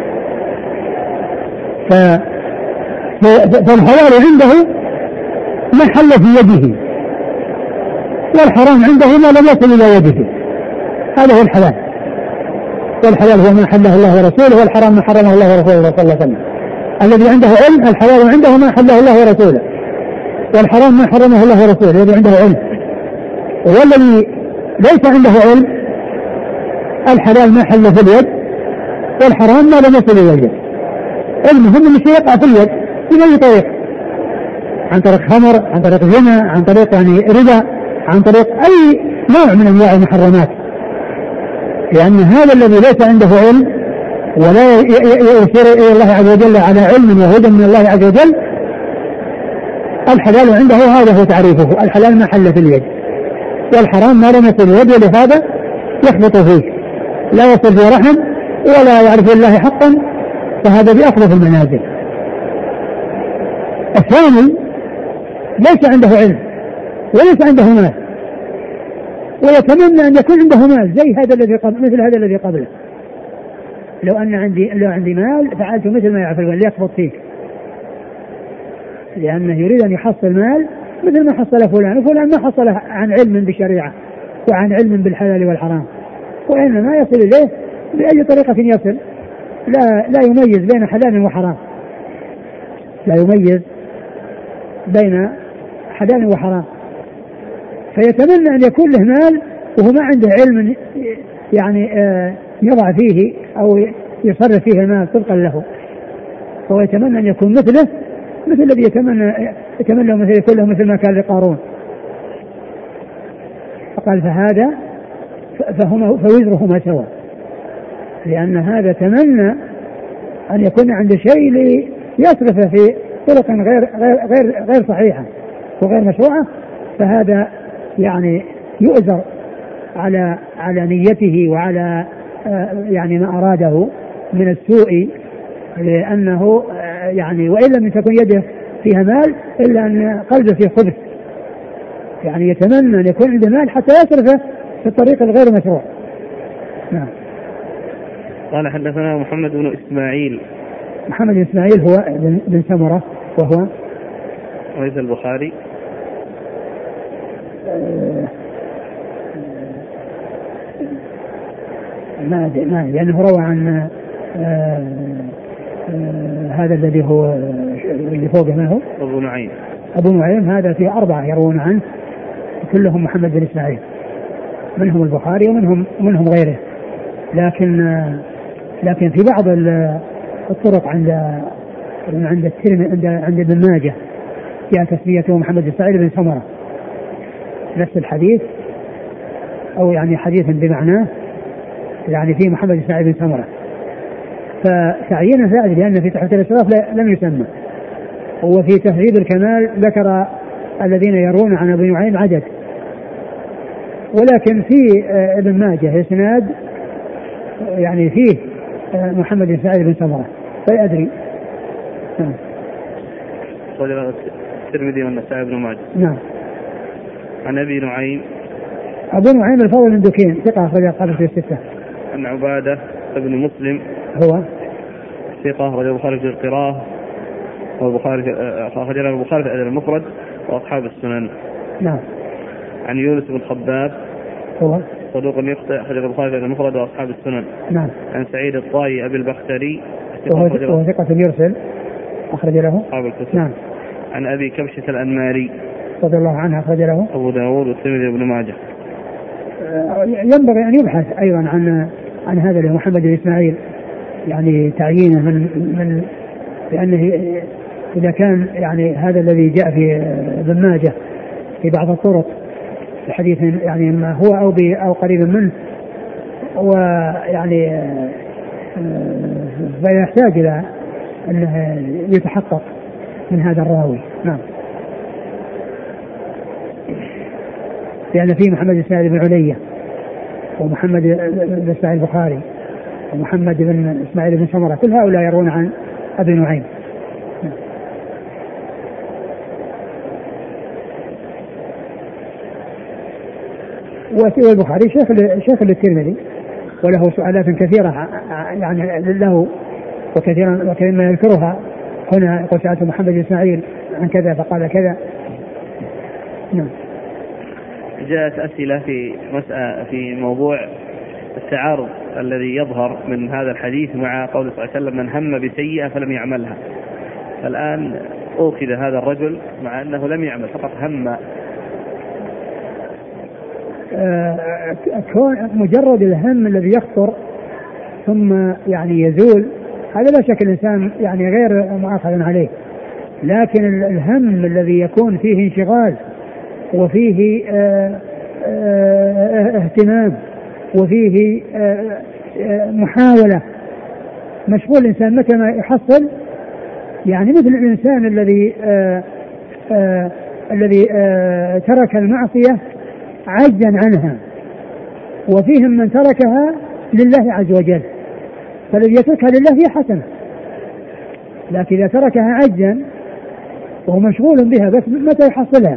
فالحلال عنده ما حل في يده، والحرام عنده ما لم يصل إلى يده، هذا هو الحلال. والحلال هو ما حله الله ورسوله، والحرام ما حرمه الله ورسوله صلى الله عليه وسلم. الذي عنده علم الحلال عنده ما حله الله ورسوله، والحرام ما حرمه الله ورسوله الذي عنده علم. والذي ليس عنده علم الحلال ما حله في اليد والحرام ما لم يصل إلى اليد. المهم أن الشيء يقع في اليد بأي طريق، عن طريق خمر، عن طريق زنا، عن طريق ربا، عن طريق أي نوع من أنواع المحرمات، لأن هذا الذي ليس عنده علم ولا يشير إلى الله عز وجل على علم وهدى من الله عز وجل، الحلال عنده هذا هو تعريفه، الحلال ما حل في اليد والحرام ما لم يصل اليد، ولهذا يخبط فيه لا يصل فيه رحم ولا يعرف الله حقا، فهذا بأخلف المنازل. الثاني ليس عنده علم وليس عنده مال ويتمنى أن يكون عنده مال زي هذا الذي مثل هذا الذي قبله، لو عندي مال فعلت مثل ما يعرف ليخبط فيه، لأنه يريد أن يحصل مال مثل ما حصل فلان، وفلان ما حصل عن علم بالشريعة وعن علم بالحلال والحرام، وإنما يصل إليه بأي طريقة يصل، لا يميز بين حلال وحرام، لا يميز بين حلال وحرام، فيتمنى أن يكون له مال وهو ما عنده علم يعني يضع فيه أو يصرف فيه المال طبقا له، فهو يتمنى أن يكون مثله، مثل الذي يتمنى مثل يكون له مثل ما كان لقارون. فقال فهذا فوزرهما سوا، لأن هذا تمنى أن يكون عنده شيء ليصرفه في طرق غير صحيحة وغير مشروعة، فهذا يعني يؤذر على نيته وعلى يعني ما أراده من السوء، لأنه يعني وإن لم تكن يده فيها مال إلا أن قلبه فيه خبث، يعني يتمنى أن يكون عنده مال حتى يصرفه في الطريق الغير مشروع. نعم. قال حدثنا محمد بن إسماعيل. محمد بن إسماعيل هو بن سمرة وهو رئيس البخاري. ما لأنه روى عن هذا الذي هو اللي فوقه ما هو أبو نعيم هذا فيه 4 يروون عنه كلهم محمد بن إسماعيل، منهم البخاري ومنهم غيره، لكن في بعض الطرق عند الترمذي عند ابن ماجه جاء تسميته محمد بن سعيد بن سمرة، نفس الحديث أو يعني حديث بمعناه، يعني فيه محمد بن سعيد بن سمرة، فتعيينه لا أدري، لأن في تحفة الأشراف لم يسمى، وفي تهذيب الكمال ذكر الذين يروون عن أبي نعيم عدد، ولكن في ابن ماجه إسناد يعني فيه محمد بن سعيد بن سمرة، فلا أدري. الترمذي والنسائي بن ماجه. نعم. عن أبي نعيم. أبو نعيم الفضل بن دكين ثقة أخرج أصحابه في الستة. عن عبادة بن مسلم هو ثقة أخرج البخاري في القراءة والبخاري أخرج البخاري في الأدب المفرد وأصحاب السنن. نعم. عن يونس بن خباب هو صدوق يخطئ أخرج البخاري في الأدب المفرد وأصحاب السنن. نعم. عن سعيد الطائي أبي البختري وهو ثقة يرسل أخرج له أصحاب الكتب. نعم. عن أبي كبشة الأنماري رضي الله عنه أخرج له أبو داود والترمذي وابن ماجه. ينبغي أن يبحث أيضا عن هذا محمد بن إسماعيل، يعني تعيينه من لأنه إذا كان يعني هذا الذي جاء في ابن ماجه في بعض الطرق الحديث يعني ما هو أو قريب منه، ويعني فيحتاج إلى أنه يتحقق من هذا الراوي. نعم. لأن فيه محمد بن سعيد بن علية ومحمد بن سعيد البخاري ومحمد بن إسماعيل بن سمرة، كل هؤلاء يرون عن أبي نعيم. والبخاري شيخ للترمذي وله سؤالات كثيرة يعني له وكثيرا ما يذكرها هنا. يقول سألت محمد بن إسماعيل عن كذا فقال كذا. نعم. جاءت أسئلة في موضوع التعارض الذي يظهر من هذا الحديث مع قول صلى الله عليه وسلم من هم بسيئة فلم يعملها. الآن أوكد هذا الرجل مع أنه لم يعمل، فقط هم. مجرد الهم الذي يخطر ثم يعني يزول، هذا لا شك الإنسان يعني غير مؤاخذ عليه، لكن الهم الذي يكون فيه انشغال وفيه اهتمام وفيه محاولة، مشغول الإنسان متى ما يحصل، يعني مثل الإنسان الذي ترك المعصية عجزا عنها، وفيهم من تركها لله عز وجل، فالذي يتركها لله هي حسنة، لكن إذا تركها عجزا وهو مشغول بها بس متى يحصلها،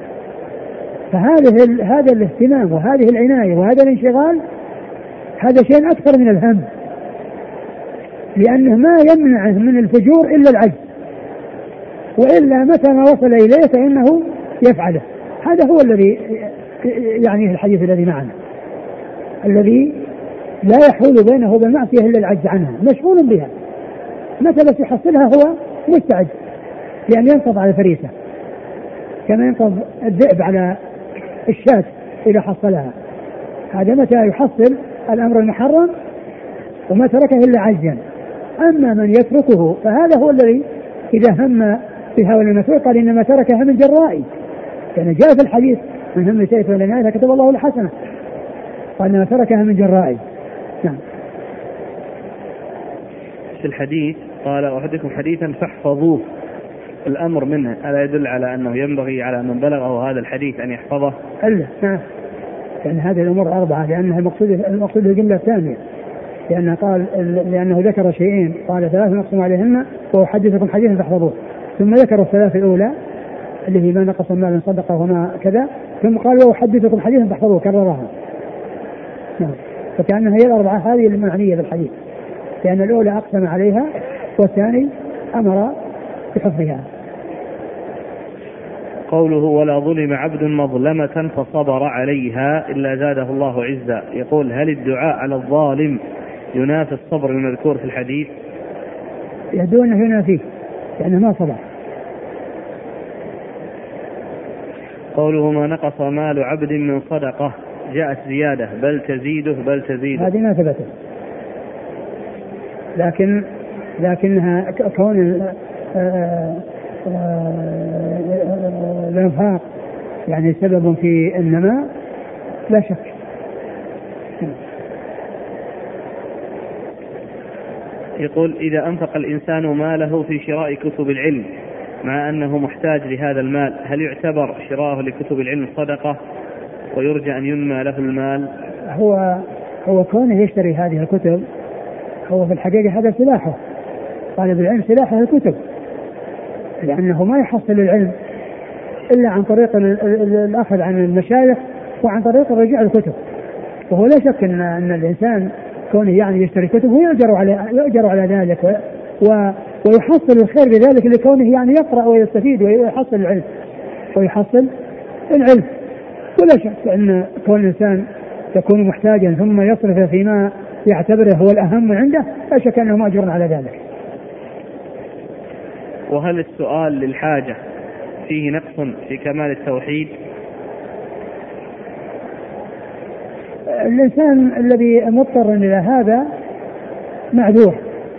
هذا الاهتمام وهذه العناية وهذا الانشغال هذا شيء أكثر من الهم، لأنه ما يمنعه من الفجور إلا العجز، وإلا متى ما وصل إليه فإنه يفعله. هذا هو الذي يعني الحديث الذي معنا، الذي لا يحول بينه وبين المعصية إلا العجز عنها، مشغول بها، متى بس يحصلها هو مستعد لأن ينقض على فريسة كما ينقض الذئب على الشاة إذا حصلها. هذا متى يحصل الأمر المحرم وما تركه إلا عجزا. أما من يتركه فهذا هو الذي إذا هم بها ولم يترك قال إنما تركها من جرائي، يعني جاء في الحديث من هم سيف ولنعيها كتب الله الحسنة، قال إنما تركها من جرائي. نعم. في الحديث قال أحدكم حديثا فاحفظوه، الأمر منه ألا يدل على أنه ينبغي على من بلغه هذا الحديث أن يحفظه؟ ألا نعم، يعني هذه الأمور أربعة، لأنها المقصود الجملة الثانية، لأنه ذكر شيئين، قال ثلاث نقسم عليهن وأحدثكم حديثا فاحفظوه، ثم ذكر الثلاث الأولى اللي هي ما نقص المال صدقة وما كذا، ثم قال وأحدثكم حديثا فاحفظوه، كررها. نعم. فكأنها هي الأربعة هذه المعنية بالحديث، لأن الأولى أقسم عليها والثاني أمر بحفظها. قوله ولا ظلم عبد مظلمة فصبر عليها إلا زاده الله عزا، يقول هل الدعاء على الظالم ينافي الصبر المذكور في الحديث؟ يبدو أنه ينافيه لأنه ما صبر. قوله ما نقص مال عبد من صدقة، جاءت زيادة بل تزيده هذه ما ثبتت، لكنها كون الإنفاق يعني سبب في النماء لا شك. يقول إذا أنفق الإنسان ماله في شراء كتب العلم مع أنه محتاج لهذا المال، هل يعتبر شراءه لكتب العلم صدقة ويرجى أن ينمى له المال؟ هو كونه يشتري هذه الكتب هو في الحقيقة هذا سلاحه، طالب العلم سلاحه الكتب، لأنه ما يحصل العلم إلا عن طريق الأخذ عن المشايخ وعن طريق الرجوع الكتب. وهو لا شك أن الإنسان كونه يعني يشتري كتب ويؤجر على ذلك ويحصل الخير بذلك لكونه يعني يقرأ ويستفيد ويحصل العلم ولا شك أن كون الإنسان يكون محتاجا ثم يصرف فيما يعتبره هو الأهم عنده لا شك أنه مأجور على ذلك. وهل السؤال للحاجة فيه نقص في كمال التوحيد؟ الإنسان الذي مضطر إلى هذا معذور،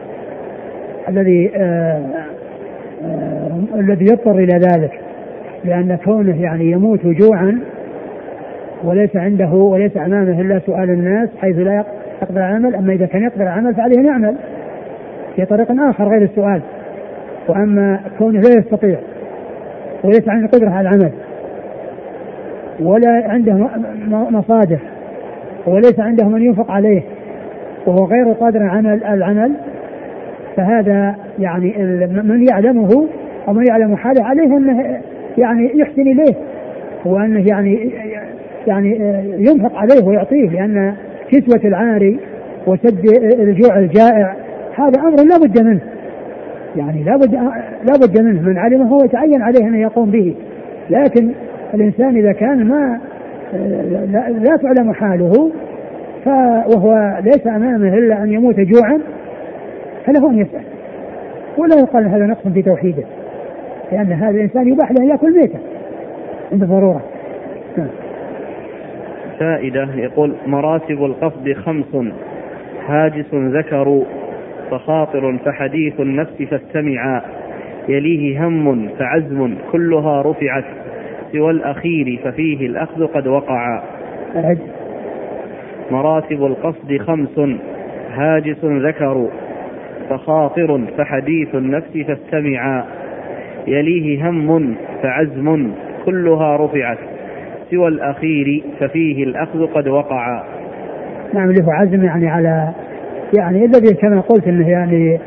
الذي يضطر إلى ذلك، لأن كونه يعني يموت جوعا وليس عنده وليس أمامه إلا سؤال الناس حيث لا يقدر على العمل. أما إذا كان يقدر على العمل فعليه يعمل في طريق آخر غير السؤال. وأما كونه لا يستطيع وليس عنده قدرة على العمل ولا عنده مصادر وليس عنده من ينفق عليه وهو غير قادر على العمل، فهذا يعني من يعلمه أو من يعلم حاله عليه أنه يعني يحسن إليه وأنه يعني ينفق عليه ويعطيه، لأن كسوة العاري وسد الجوع الجائع هذا أمر لا بد منه، يعني لا بد منه، من علمه هو يتعين عليه أن يقوم به. لكن الإنسان إذا كان ما لا تعلم حاله وهو ليس أمامه إلا أن يموت جوعا فله أن يسأل، ولا يقال هذا نقص في توحيده، لأن هذا الإنسان يباح له يأكل ميتا عند ضرورة. فائدة. يقول مراتب القصد 5: هاجس ذكر فخاطر فحديث النفس فاستمعا، يليه هم فعزم كلها رفعت، سوى الأخير ففيه الأخذ قد وقع. مراتب القصد 5: هاجس ذكر فخاطر فحديث النفس فاستمعا، يليه هم فعزم كلها رفعت، سوى الأخير ففيه الأخذ قد وقع. نعم، له عزم يعني على يعني الذي كما قلت انه يعني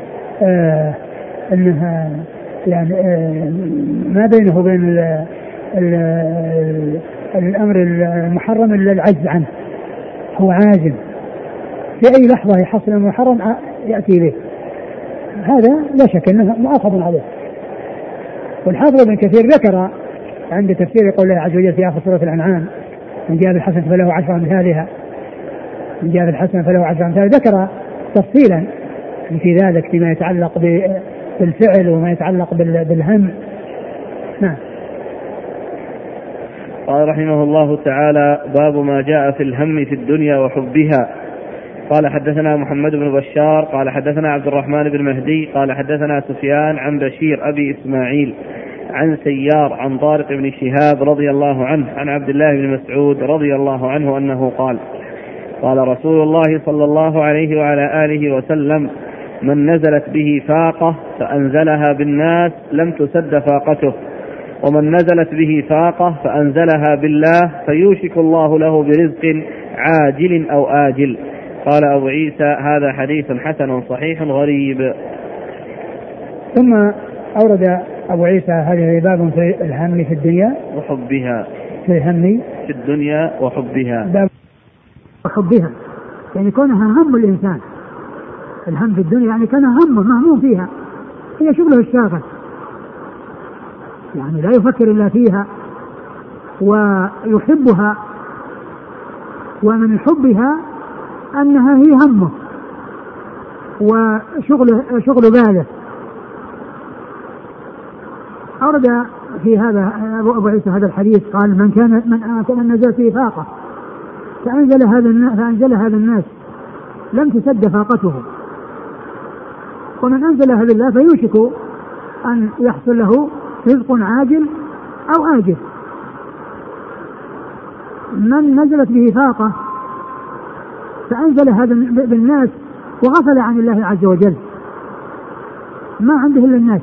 انها يعني ما بينه وبين الامر المحرم الا العجز عنه، هو عازم في اي لحظه يحصل المحرم ياتي به، هذا لا شك انه مؤاخذ عليه. والحافظ ابن كثير ذكر عند تفسير قول الله عز وجل في آخر سورة الأنعام: من جاء بالحسنة فله 10 أمثالها، من جاء بالحسنة فله 10 أمثالها، ذكر تفصيلا في ذلك فيما يتعلق بالفعل وما يتعلق بالهم. نعم. قال رحمه الله تعالى: باب ما جاء في الهم في الدنيا وحبها. قال حدثنا محمد بن بشار قال حدثنا عبد الرحمن بن مهدي قال حدثنا سفيان عن بشير أبي إسماعيل عن سيار عن طارق بن شهاب رضي الله عنه عن عبد الله بن مسعود رضي الله عنه أنه قال: قال رسول الله صلى الله عليه وعلى آله وسلم: من نزلت به فاقة فأنزلها بالناس لم تسد فاقته، ومن نزلت به فاقة فأنزلها بالله فيوشك الله له برزق عاجل أو آجل. قال أبو عيسى: هذا حديث حسن صحيح غريب. ثم أورد أبو عيسى هذه باب في الهم في الدنيا وحبها، في الهم في الدنيا وحبها، باب وحبها يعني كونها هم الإنسان، الهم في الدنيا يعني كان همه مهموم فيها، هي شغله الشاغل، يعني لا يفكر إلا فيها ويحبها، ومن حبها أنها هي همه وشغل باله. أورد في هذا أبو عيسى هذا الحديث قال: من نزل فيه فاقة فأنزل هذا الناس لم تسد فاقته، ومن أنزلها بالله فيوشك أن يحصل له رزق عاجل أو آجل. من نزلت به فاقة فأنزل هذا بالناس وغفل عن الله عز وجل، ما عنده إلا الناس،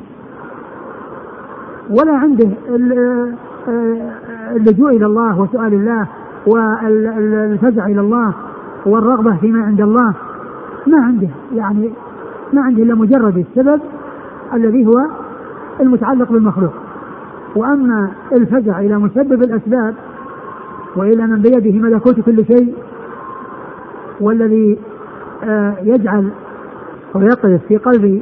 ولا عنده اللجوء إلى الله وسؤال الله والفزع إلى الله والرغبة فيما عند الله، ما عنده، يعني ما عنده إلا مجرد السبب الذي هو المتعلق بالمخلوق. وأما الفزع إلى مسبب الأسباب وإلى من بيده ملكوت كل شيء، والذي يجعل ويقذف في قلب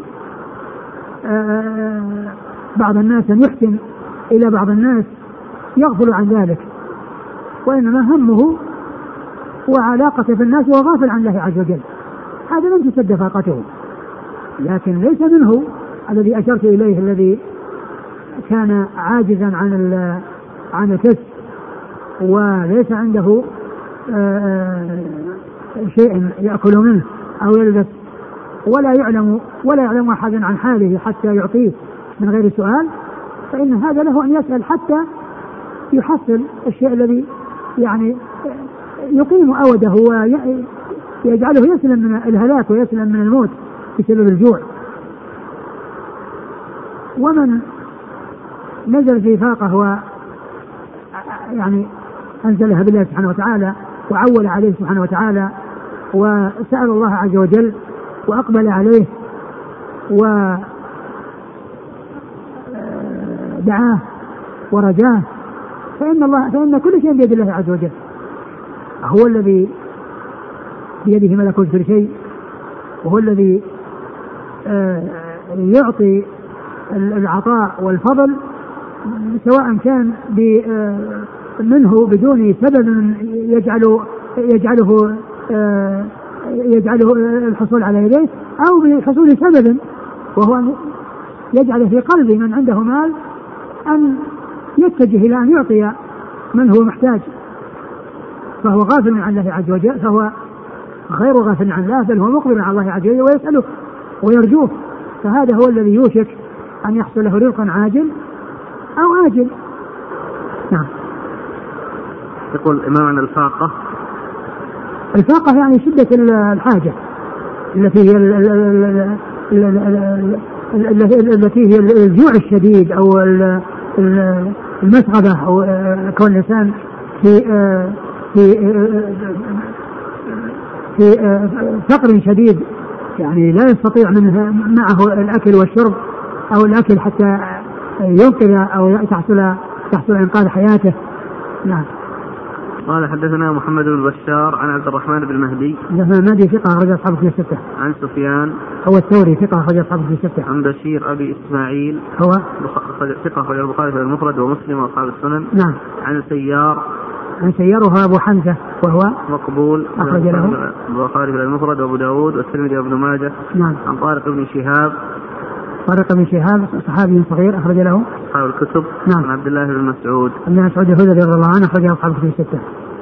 بعض الناس أن يحسن إلى بعض الناس، يغفل عن ذلك، وإنما همه وعلاقته في الناس وغافل عن الله عز وجل، هذا لم تسد فاقته. لكن ليس منه الذي أشرت إليه الذي كان عاجزا عن الكسب وليس عنده شيء يأكل منه أو يلبس، ولا يعلم أحد عن حاله حتى يعطيه من غير سؤال، فإن هذا له أن يسأل حتى يحصل الشيء الذي يعني يقيم أوده ويجعله يسلم من الهلاك ويسلم من الموت بسبب الجوع. ومن نزل في فاقه يعني أنزلها بالله سبحانه وتعالى وعول عليه سبحانه وتعالى وسأل الله عز وجل وأقبل عليه ودعاه ورجاه، فإن كل شيء بيد الله عز وجل، هو الذي بيده ملكوت كل شيء، وهو الذي يعطي العطاء والفضل سواء كان منه بدون سبب يجعله الحصول على يديه، أو بحصول سبب وهو أن يجعل في قلب من عنده مال أن يتجه إلى أن يعطي من هو محتاج، فهو غافل عن الله عز وجل، فهو غير غافل عن الله، بل هو مقبل على الله عز وجل ويسأله ويرجوه، فهذا هو الذي يوشك أن يحصل له رزق عاجل أو آجل. نعم. يقول الإمام عن الفاقة يعني شدة الحاجة التي هي الجوع الشديد أو المسغبة، أو كون الإنسان في فقر شديد، يعني لا يستطيع معه الأكل والشرب أو الأكل حتى ينقذ أو تحصل إنقاذ حياته. نعم. قال حدثنا محمد بن بشار عن عبد الرحمن بن مهدي. مهدي ثقة أخرج أصحابه في الستة. عن سفيان هو الثوري ثقة أخرج أصحابه في الستة. عن بشير أبي إسماعيل هو ثقة أخرج البخاري في المفرد ومسلم وأصحاب السنن. نعم. عن سيار وهو أبو حمزة وهو مقبول أخرج له البخاري في المفرد وأبو داود والترمذي وابن ماجه. نعم. عن طارق بن شهاب صحابي صغير أخرج له أصحاب الكتب. نعم. عن عبد الله بن مسعود الخدري رضي الله عنه أخرج أصحابه في الستة.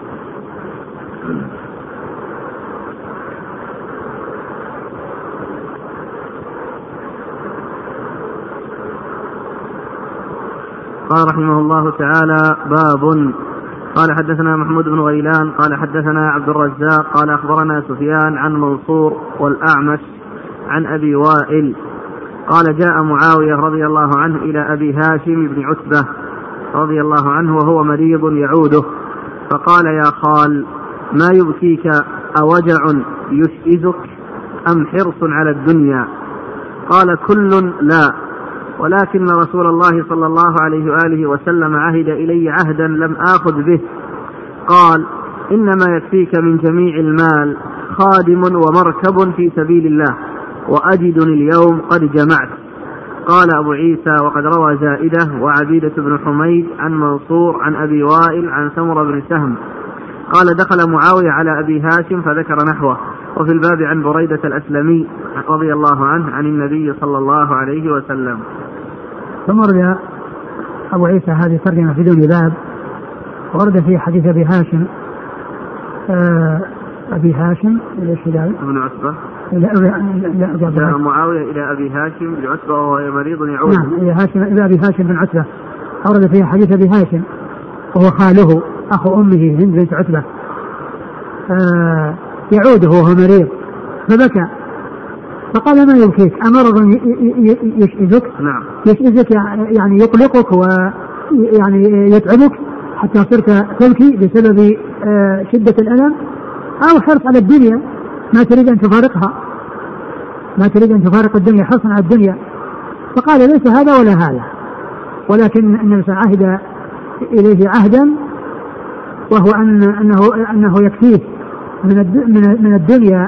قال رحمه الله تعالى: باب. قال حدثنا محمود بن غيلان قال حدثنا عبد الرزاق قال أخبرنا سفيان عن منصور والأعمش عن أبي وائل قال: جاء معاوية رضي الله عنه إلى أبي هاشم بن عتبة رضي الله عنه وهو مريض يعوده، فقال: يا خال، ما يبكيك؟ أوجع يشئزك أم حرص على الدنيا؟ قال: كل لا، ولكن رسول الله صلى الله عليه وآله وسلم عهد إلي عهدا لم آخذ به. قال: إنما يكفيك من جميع المال خادم ومركب في سبيل الله، وأجدني اليوم قد جمعت. قال أبو عيسى: وقد روى زائدة وعبيدة بن حميد عن منصور عن أبي وائل عن سمر بن سهم قال: دخل معاوية على أبي هاشم فذكر نحوه. وفي الباب عن بريدة الأسلمي رضي الله عنه عن النبي صلى الله عليه وسلم. ثم ورد أبو عيسى هذه ترجمة في دون باب، ورد في حديث أبي هاشم بن عتبة. جاء معاوية إلى أبي هاشم بن عتبة وهو مريض يعود. نعم، إلى أبي هاشم بن عتبة، ورد في حديث أبي هاشم وهو خاله أخو أمه هند بنت عتبة، يعوده وهو مريض، فبكى فقال: ما يبكيك؟ أمرض يشئزك؟ نعم. يشئزك يعني يقلقك ويعني يتعبك حتى صرت تبكي بسبب شدة الألم، أو حرص على الدنيا ما تريد أن تفارقها، ما تريد أن تفارق الدنيا حرصا على الدنيا. فقال: ليس هذا ولا هذا، ولكن النبي صلى الله عليه وسلم عهد إليه عهدا، وهو أنه يكفيه من الدنيا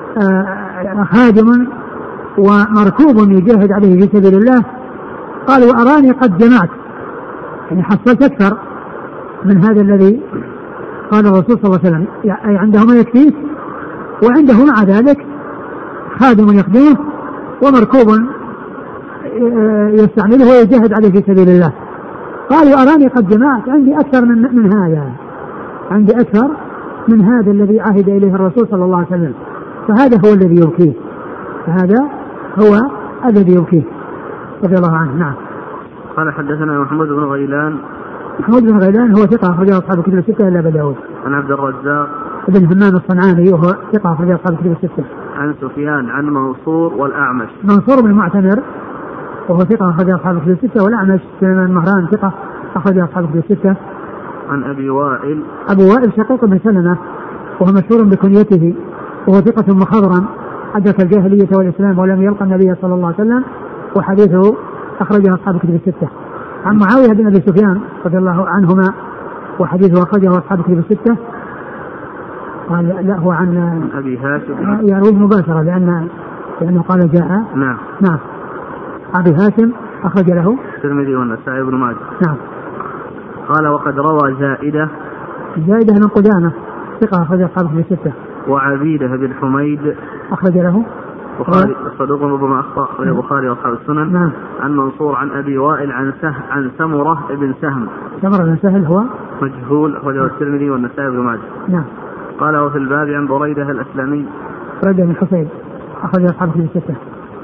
خادم ومركوب يجاهد عليه في سبيل الله. قال: وأراني قد جمعت، يعني حصلت أكثر من هذا الذي قال الرسول صلى الله عليه وسلم، أي عنده ما يكفيه وعنده مع ذلك خادم يخدمه ومركوب يستعمله ويجاهد عليه في سبيل الله. قال: وأراني قد جمعت، عندي أكثر من هذا، عندي أكثر من هذا الذي عهد إليه الرسول صلى الله عليه وسلم، فهذا هو الذي يبكيه، فهذا هو الذي يبكيه رضي الله عنه. نعم. قال: حدثنا محمود بن غيلان. محمود بن غيلان هو ثقة أخرجه أصحاب الكتب الستة إلا أبا داود. عن عبد الرزاق ابن همام الصنعاني وهو ثقة أخرجه أصحاب الكتب الستة. عن سفيان عن منصور والأعمش. منصور بن المعتمر وهو ثقة أخرجه أصحاب الكتب الستة، والأعمش سليمان مهران ثقة أخرجه أصحاب الكتب الستة. عن أبي وائل. أبو وائل شقيق بن سلمة وهو مشهور بكنيته، وهو ثقة مخضرم أدرك الجاهلية والإسلام ولم يلقى النبي صلى الله عليه وسلم، وحديثه أخرجه أصحاب الكتب الستة. عن معاوية بن أبي سفيان رضي الله عنهما وحديثه أخرجه أصحاب الكتب الستة. قال: لا، هو عن أبي هاشم، يروي مباشرة لأنه قال جاء. نعم. نعم. أبي هاشم أخرج له الترمذي والنسائي بن ماجه. نعم. قال: وقد روى زائدة بن قدامة ثقة أخرج أصحاب الكتب الستة. وعبيدة بن حميد أخرج له البخاري، الصدوق ربما أخطأ، البخاري وأصحاب السنن. نعم. عن منصور عن أبي وائل عن سمرة بن سهم. سمرة بن سهل هو مجهول، أخرجه الترمذي والنسائي بن ماجه. نعم. قال: وفي الباب عن بريدة الأسلمي. بريدة بن حصيب أخرج أصحاب الكتب الستة.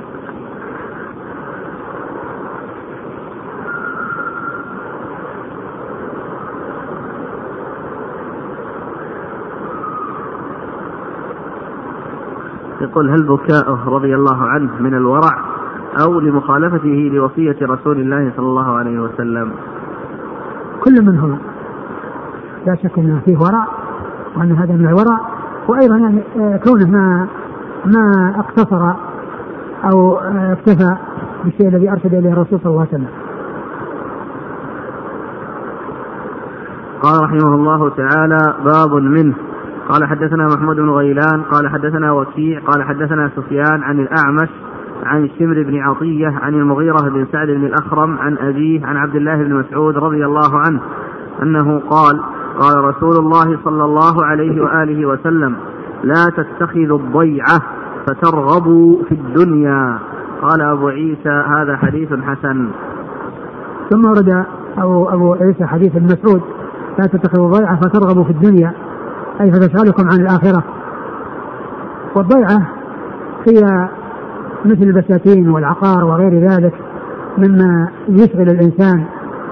يقول: هل بكاؤه رضي الله عنه من الورع أو لمخالفته لوصية رسول الله صلى الله عليه وسلم؟ كل منهما، لا شك أنه فيه ورع وأن هذا من الورع، وأيضا يعني كونه ما اقتصر أو اكتفى بالشيء الذي أرشد إليه الرسول صلى الله عليه وسلم. قال رحمه الله تعالى: باب منه. قال: حدثنا محمود بن غيلان قال: حدثنا وكيع قال: حدثنا سفيان عن الأعمش عن شمر بن عطية عن المغيرة بن سعد بن الأخرم عن أبيه عن عبد الله بن مسعود رضي الله عنه أنه قال: قال رسول الله صلى الله عليه وآله وسلم: لا تتخذوا الضيعة فترغبوا في الدنيا. قال أبو عيسى: هذا حديث حسن. ثم ورد أبو عيسى حديث ابن مسعود: لا تتخذوا الضيعة فترغبوا في الدنيا، أي فتشغلكم عن الآخرة. والضيعة هي مثل البساتين والعقار وغير ذلك مما يشغل الإنسان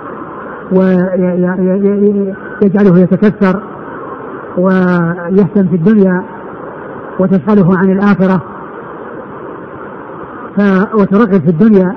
ويجعله يتكثر ويهتم في الدنيا وتشغله عن الآخرة، وترغب في الدنيا،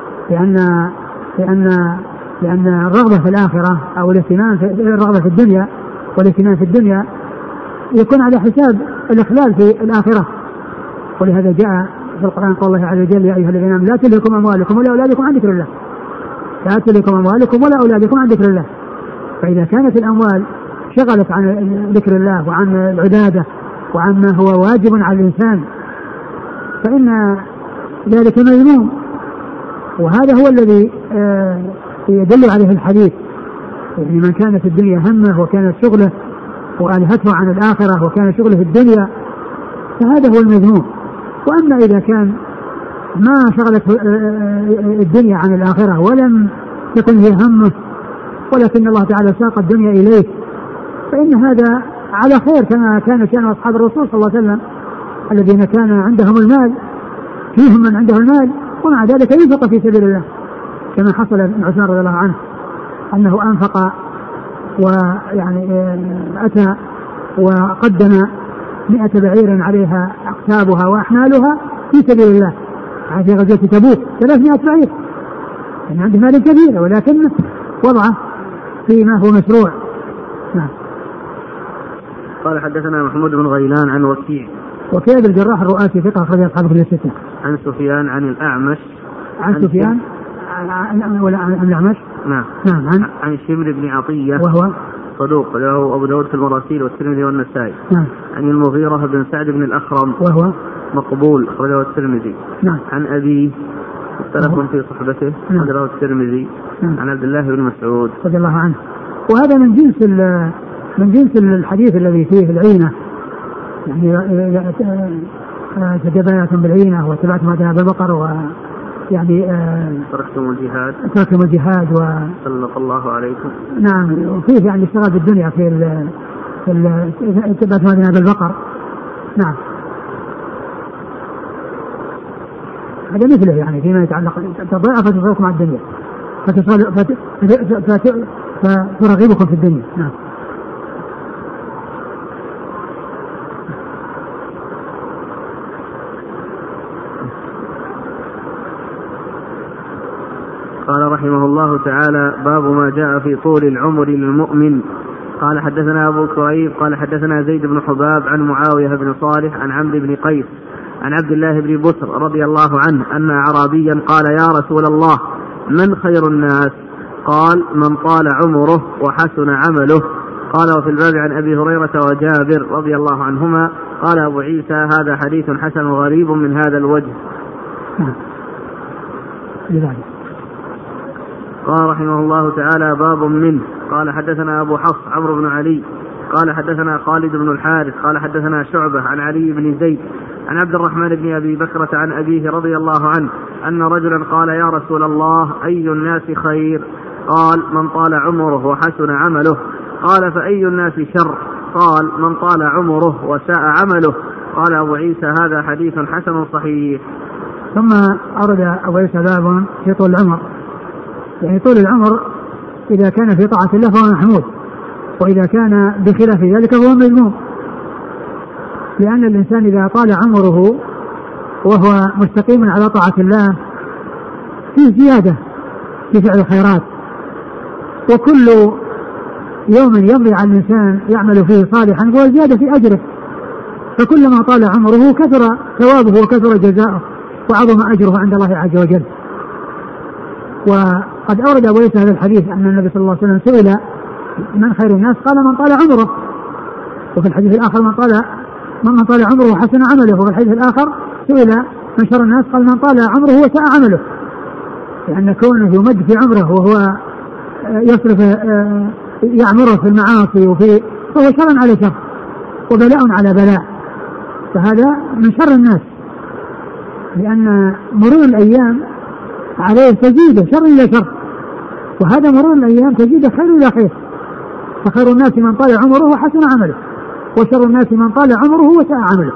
لأن الرغبة في الآخرة أو الرغبة في الدنيا والاهتمام في الدنيا يكون على حساب الإخلال في الآخرة. ولهذا جاء في القرآن قول الله عز وجل: يا أيها الذين آمنوا لا تلهكم أموالكم ولا أولادكم عن ذكر الله. لا تلهكم أموالكم ولا أولادكم عن ذكر الله. فإذا كانت الأموال شغلت عن ذكر الله وعن العبادة وعن ما هو واجب على الإنسان فإن ذلك مذموم، وهذا هو الذي يدل عليه الحديث. يعني من كانت الدنيا همه وكانت شغله وألهته عن الآخرة وكان شغله في الدنيا فهذا هو المذموم. وأما إذا كان ما شغلت الدنيا عن الآخرة ولم تكن هي همه ولكن الله تعالى ساق الدنيا إليه فإن هذا على خير، كما كان شأن أصحاب الرسول صلى الله عليه وسلم الذين كان عندهم المال، فيهم من عنده المال ومع ذلك ينفق في سبيل الله، كما حصل ابن عثمان رضي الله عنه أنه أنفق ويعني أتى وقدم 100 بعير عليها أقتابها وأحمالها في سبيل الله في غزوة تبوك 300 بعير، يعني عنده مال كبير ولكن وضعه فيما هو مشروع. نعم. قال حدثنا محمود بن غيلان عن وكيع بن الجراح الرؤاسي ثقة أخرج أصحاب كتب الستة. عن سفيان عن الأعمش عن سفيان عن الأعمش نعم عن شمر بن عطية وهو صدوق له أبو داود في المراسيل والترمذي والنسائي. نعم. عن المغيرة بن سعد بن الأخرم وهو مقبول أخرجه الترمذي. نعم. عن أبي اختلف في صحبته أخرجه الترمذي. عن عبد الله بن مسعود رضي الله عنه. وهذا من جنس الحديث الذي فيه العينة، يعني تجباياتهم بالعينة واتبعتم أذناب البقر ويعني تركتم الجهاد سلط الله عليكم. نعم. وفيه يعني اشتغال بالدنيا في اتبعتم أذناب البقر. نعم. هذا مثله يعني فيما يتعلق تضاعفت تصرفكم على الدنيا فترغبكم في الدنيا. نعم. قال رحمه الله تعالى: باب ما جاء في طول العمر للمؤمن. قال حدثنا أبو كريب قال حدثنا زيد بن حباب عن معاوية بن صالح عن عمرو بن قيس عن عبد الله بن بسر رضي الله عنه أن أعرابيا قال: يا رسول الله، من خير الناس؟ قال: من طال عمره وحسن عمله. قال: وفي الباب عن أبي هريرة وجابر رضي الله عنهما. قال أبو عيسى: هذا حديث حسن غريب من هذا الوجه. قال رحمه الله تعالى: باب منه. قال حدثنا أبو حفص عمرو بن علي قال حدثنا خالد بن الحارث قال حدثنا شعبة عن علي بن زيد عن عبد الرحمن بن أبي بكرة عن أبيه رضي الله عنه أن رجلا قال: يا رسول الله، أي الناس خير؟ قال: من طال عمره وحسن عمله. قال: فأي الناس شر؟ قال: من طال عمره وساء عمله. قال أبو عيسى: هذا حديث حسن صحيح. ثم أرد أبو عيسى باب في طول العمر، يعني طول العمر إذا كان في طاعة الله فهو محمود، وإذا كان بخلاف ذلك فهو مذموم، لأن الإنسان إذا طال عمره وهو مستقيم على طاعة الله فيه زيادة في فعل الخيرات، وكل يوم يمضي على الإنسان يعمل فيه صالحا فهو زيادة في أجره، فكلما طال عمره كثر ثوابه وكثر جزاؤه وعظم أجره عند الله عز وجل. وقد أورد أبو عيسى هذا الحديث أن النبي صلى الله عليه وسلم سئل: من خير الناس؟ قال: من طال عمره. وفي الحديث الآخر: من طال عمره وحسن عمله. وفي الحديث الآخر سئل: من شر الناس؟ قال: من طال عمره وساء عمله، لأن كونه يمد في عمره وهو يصرف يعمره في المعاصي فهو شر على شر وبلاء على بلاء، فهذا من شر الناس، لأن مرور الأيام عليه تزيد شر إلى شر، وهذا مرور الأيام تزيد خير إلى خير. فخير الناس من طال عمره وحسن عمله، وشر الناس من طال عمره وساء عمله.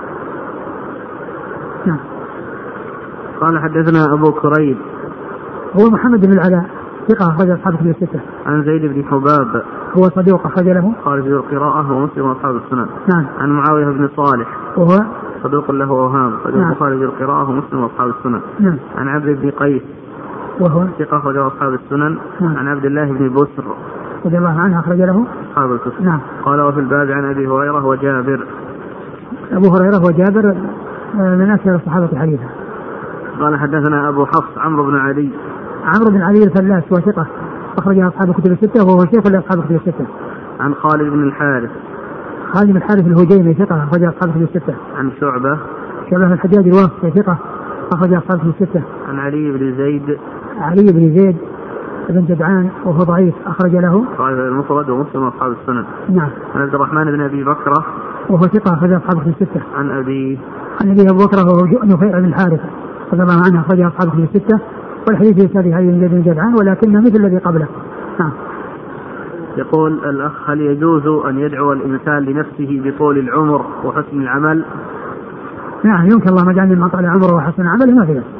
نعم. قال حدثنا أبو كريب هو محمد بن العلاء ثقة أخرج أصحاب كتب الستة. عن زيد بن حباب هو صدوق أخرج له خارج القراءة ومسلم وأصحاب السنن. نعم. عن معاوية بن صالح وهو صدوق له أوهام خارج القراءة ومسلم وأصحاب السنن. نعم. عن عبد بن قيس وهو ثقة أخرج أصحاب السنن. نعم. عن عبد الله بن بسر رضي الله عنه أخرج له أصحاب الكتب. نعم. قال: وفي الباب عن أبي هريرة وجابر. أبو هريرة وجابر من أكثر الصحابة حديثا. قال حدثنا أبو حفص عمرو بن علي الفلاس وثقة أخرج أصحاب كتب الستة وهو شيخ لأصحاب كتب الستة. عن خالد بن الحارث الهجيمي ثقة أخرج أصحاب كتب الستة. عن شعبة بن الحجاج الواسطي ثقة أخرج أصحاب كتب الستة. عن علي بن زيد بن جدعان وهو ضعيف أخرج له المفرد ومسلم وأصحاب السنن. نعم. عن عبد الرحمن بن أبي بكرة وهو ثقة أخرج أصحاب كتب الستة. عن أبي أبو بكر وهو نفيع بن الحارث رضي الله عنه أخرج أصحاب كتب الستة. والحديث يسأل علي بن جدعان ولكن مثل الذي قبله. نعم. يقول الأخ: هل يجوز أن يدعو الإنسان لنفسه بطول العمر وحسن العمل؟ نعم يمكن، الله ما جعلني من طال عمره وحسن عمله ما فيه.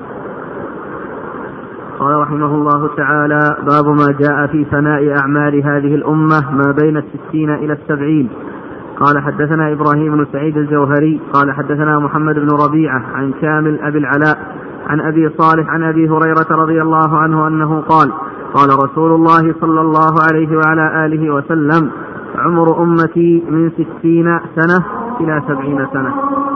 قال رحمه الله تعالى: باب ما جاء في ثناء أعمال هذه الأمة ما بين 60 إلى 70. قال حدثنا إبراهيم بن سعيد الجوهري قال حدثنا محمد بن ربيعة عن كامل أبي العلاء عن أبي صالح عن أبي هريرة رضي الله عنه أنه قال قال رسول الله صلى الله عليه وعلى آله وسلم عمر أمتي من 60 سنة إلى 70 سنة.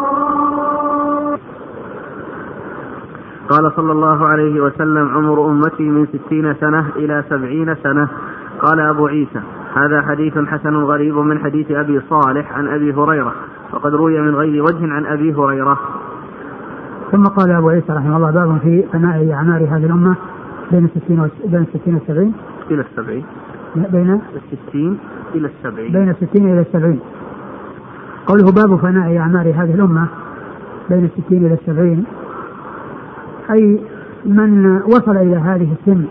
قال صلى الله عليه وسلم عمر أمتي من 60 سنة إلى 70 سنة. قال أبو عيسى هذا حديث حسن غريب من حديث أبي صالح عن أبي هريرة وقد روي من غير وجه عن أبي هريرة. ثم قال أبو عيسى رحمه الله باب في فناء أعمار هذه الأمة بين 60 والسبعين إلى السبعين بين 60 إلى 70 بين 60 إلى 70. قوله باب فناء أعمار هذه الأمة بين 60 إلى 70 أي من وصل إلى هذه السن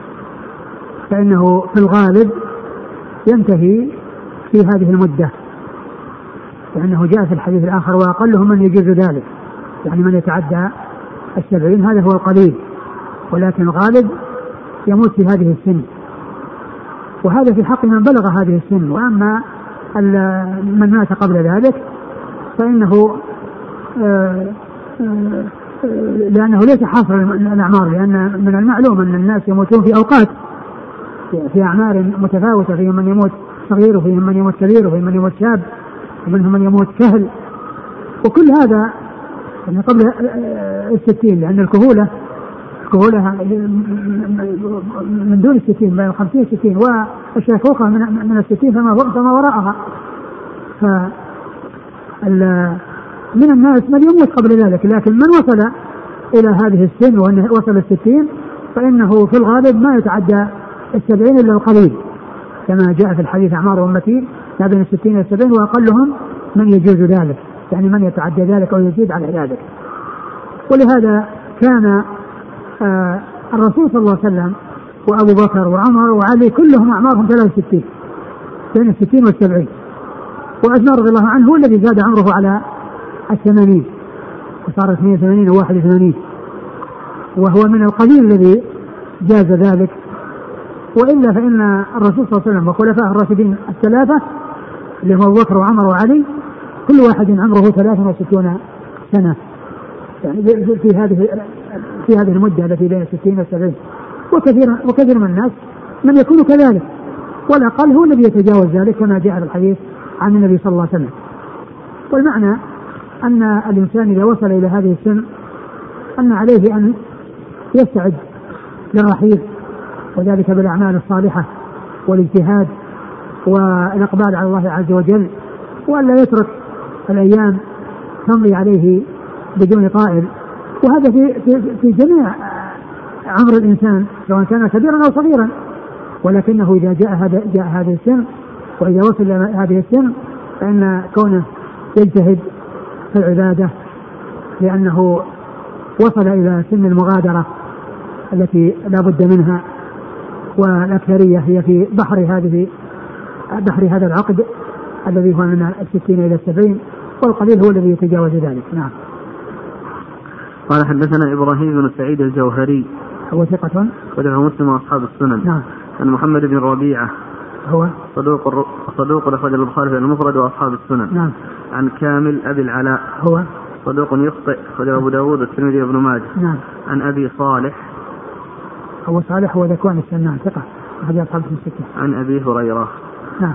فإنه في الغالب ينتهي في هذه المدة، لأنه جاء في الحديث الآخر وأقلهم من يجوز ذلك، يعني من يتعدى 70 هذا هو القليل، ولكن الغالب يموت في هذه السن، وهذا في حق من بلغ هذه السن. وأما من مات قبل ذلك فإنه لأنه ليس حاصر الأعمار، لأن من المعلوم أن الناس يموتون في أوقات في أعمار متفاوتة، فيهم من يموت صغير وفيهم من يموت كبير وفيهم من يموت شاب ومنهم من يموت كهل، وكل هذا يعني قبل 60، لأن الكهولة من دون 60 بين 50 60 والشيخوخة من 60 فما وراءها. من الناس من يموت قبل ذلك، لكن من وصل إلى هذه السن وصل 60 فإنه في الغالب ما يتعدى 70 إلا القليل، كما جاء في الحديث أعمار أمتي ما بين 60 إلى 70 وأقلهم من يجوز ذلك، يعني من يتعدى ذلك أو يزيد على ذلك. ولهذا كان الرسول صلى الله عليه وسلم وأبو بكر وعمر وعلي كلهم أعمارهم 63 بين 60 و70، وعثمان رضي الله عنه هو الذي زاد عمره على 80 وصار 82 و81، وهو من القليل الذي جاز ذلك. وإلا فإن الرسول صلى الله عليه وسلم وخلفائه الراشدين الثلاثة اللي هو أبو بكر وعمر وعلي كل واحد عمره 63 سنة، يعني في هذه المدة التي بين 60 و 70. وكثير من الناس من يكون كذلك، والأقل هو الذي يتجاوز ذلك كما جاء في الحديث عن النبي صلى الله عليه وسلم. والمعنى أن الإنسان إذا وصل إلى هذه السن أن عليه أن يستعد للرحيل، وذلك بالأعمال الصالحة والاجتهاد والإقبال على الله عز وجل، وألا يترك الأيام تمضي عليه بدون قائل. وهذا في جميع عمر الإنسان سواء كان كبيرا أو صغيرا، ولكنه إذا جاء هذه السن وإذا وصل إلى هذه السن فإن كونه يجتهد في العبادة، لأنه وصل إلى سن المغادرة التي لا بد منها، والأكثرية هي في بحر هذا العقد الذي هو من 60 إلى 70، والقليل هو الذي يتجاوز ذلك. نعم. قال حدثنا إبراهيم بن سعيد الجوهري هو ثقة وله مسلم وأصحاب السنن. نعم. عن محمد بن ربيعة هو صدوق أخرج البخاري في المفرد وأصحاب السنن. نعم. عن كامل أبي العلاء هو صدوق يخطئ أخرج أبو داود والترمذي وابن ماجه. نعم. عن أبي صالح هو صالح هو ذكوان السنان ثقة أحد أصحاب الستة. عن أبي هريرة. نعم.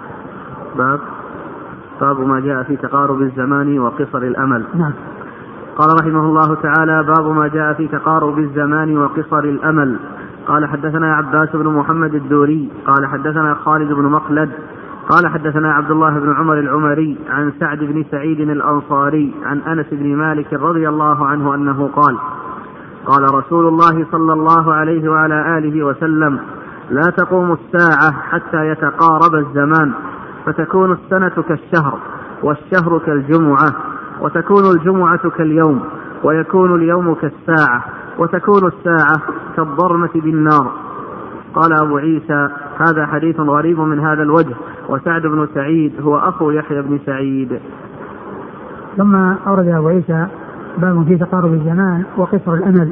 باب ما جاء في تقارب الزمان وقصر الأمل. نعم. قال رحمه الله تعالى باب ما جاء في تقارب الزمان وقصر الأمل. قال حدثنا عباس بن محمد الدوري قال حدثنا خالد بن مخلد قال حدثنا عبد الله بن عمر العمري عن سعد بن سعيد الأنصاري عن أنس بن مالك رضي الله عنه أنه قال قال رسول الله صلى الله عليه وعلى آله وسلم لا تقوم الساعة حتى يتقارب الزمان، فتكون السنة كالشهر والشهر كالجمعة، وتكون الجمعة كاليوم، ويكون اليوم كالساعة، وتكون الساعة كالضرمة بالنار. قال أبو عيسى هذا حديث غريب من هذا الوجه، وسعد بن سعيد هو أخو يحيى بن سعيد. ثم أورد أبو عيسى باب في تقارب الزمان وقصر الأمل.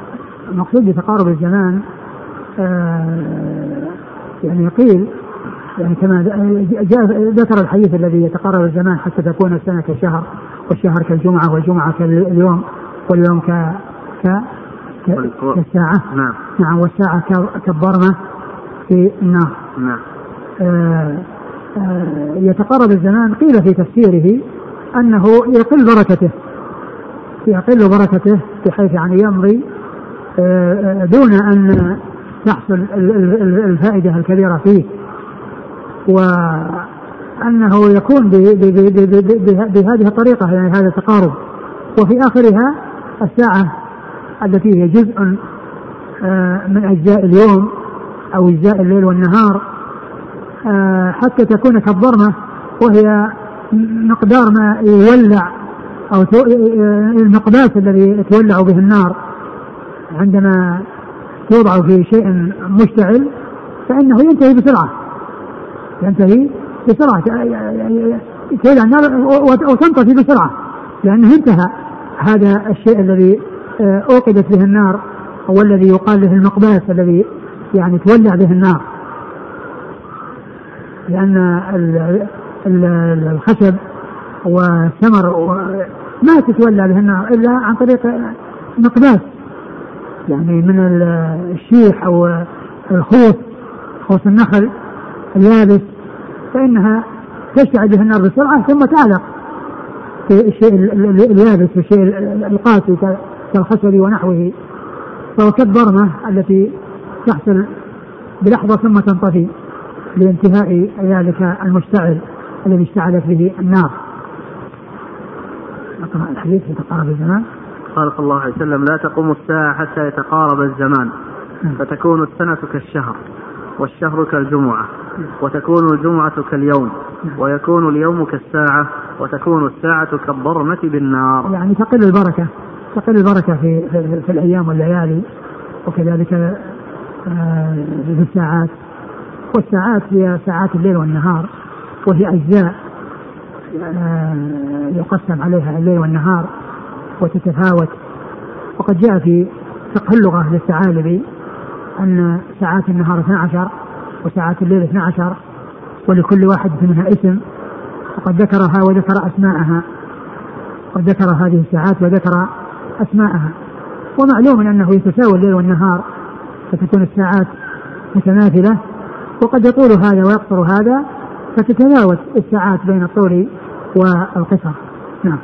ومقصود بتقارب الزمان يعني قيل يعني كما ذكر الحديث الذي يتقارب الزمان حتى تكون السنة كالشهر والشهر كالجمعة والجمعة كاليوم واليوم كالساعة. نعم والساعة كالضرمة في النار. نعم. يتقارب الزمان قيل في تفسيره أنه يقل بركته بحيث يعني يمضي دون أن تحصل الفائدة الكبيرة فيه، وأنه يكون بهذه الطريقة يعني هذا التقارب. وفي آخرها الساعة التي هي جزء من أجزاء اليوم أو أجزاء الليل والنهار حتى تكون كالضرمة، وهي مقدار ما يولع أو المقداس الذي يتولع به النار عندما توضع في شيء مشتعل فإنه ينتهي بسرعة تولع النار وتنطفي بسرعة لأنه انتهى هذا الشيء الذي أوقدت به النار والذي يقال له المقباس الذي يعني تولع به النار، لأن الخشب والثمر ما تتولع به النار إلا عن طريق مقباس يعني من الشيح أو خوص النخل اليابس، فإنها تشتعل به النار بسرعة ثم تعلق في الشيء اليابس والشيء القاسي كالخشب ونحوه، فهو كالضرمة التي تحصل بلحظة ثم تنطفي لانتهاء ذلك المشتعل الذي اشتعلت به النار. أقرأ الحديث يتقارب الزمان. قال صلى الله عليه وسلم: لا تقوم الساعة حتى يتقارب الزمان فتكون السنة كالشهر والشهر كالجمعة وتكون الجمعة كاليوم ويكون اليوم كالساعة وتكون الساعة كالضرمة بالنار. يعني تقل البركة في الأيام والليالي، وكذلك في الساعات، والساعات هي ساعات الليل والنهار وهي أجزاء يقسم عليها الليل والنهار وتتفاوت. وقد جاء في فقه اللغة للثعالبي أن ساعات النهار 12 وساعات الليل 12، ولكل واحد منها اسم، وقد ذكرها وذكر أسماءها، قد ذكر هذه الساعات وذكر أسماءها. ومعلوم أنه يتساوى الليل والنهار فتكون الساعات متماثلة، وقد يطول هذا ويقصر هذا فتتفاوت الساعات بين الطول والقصر. نعم.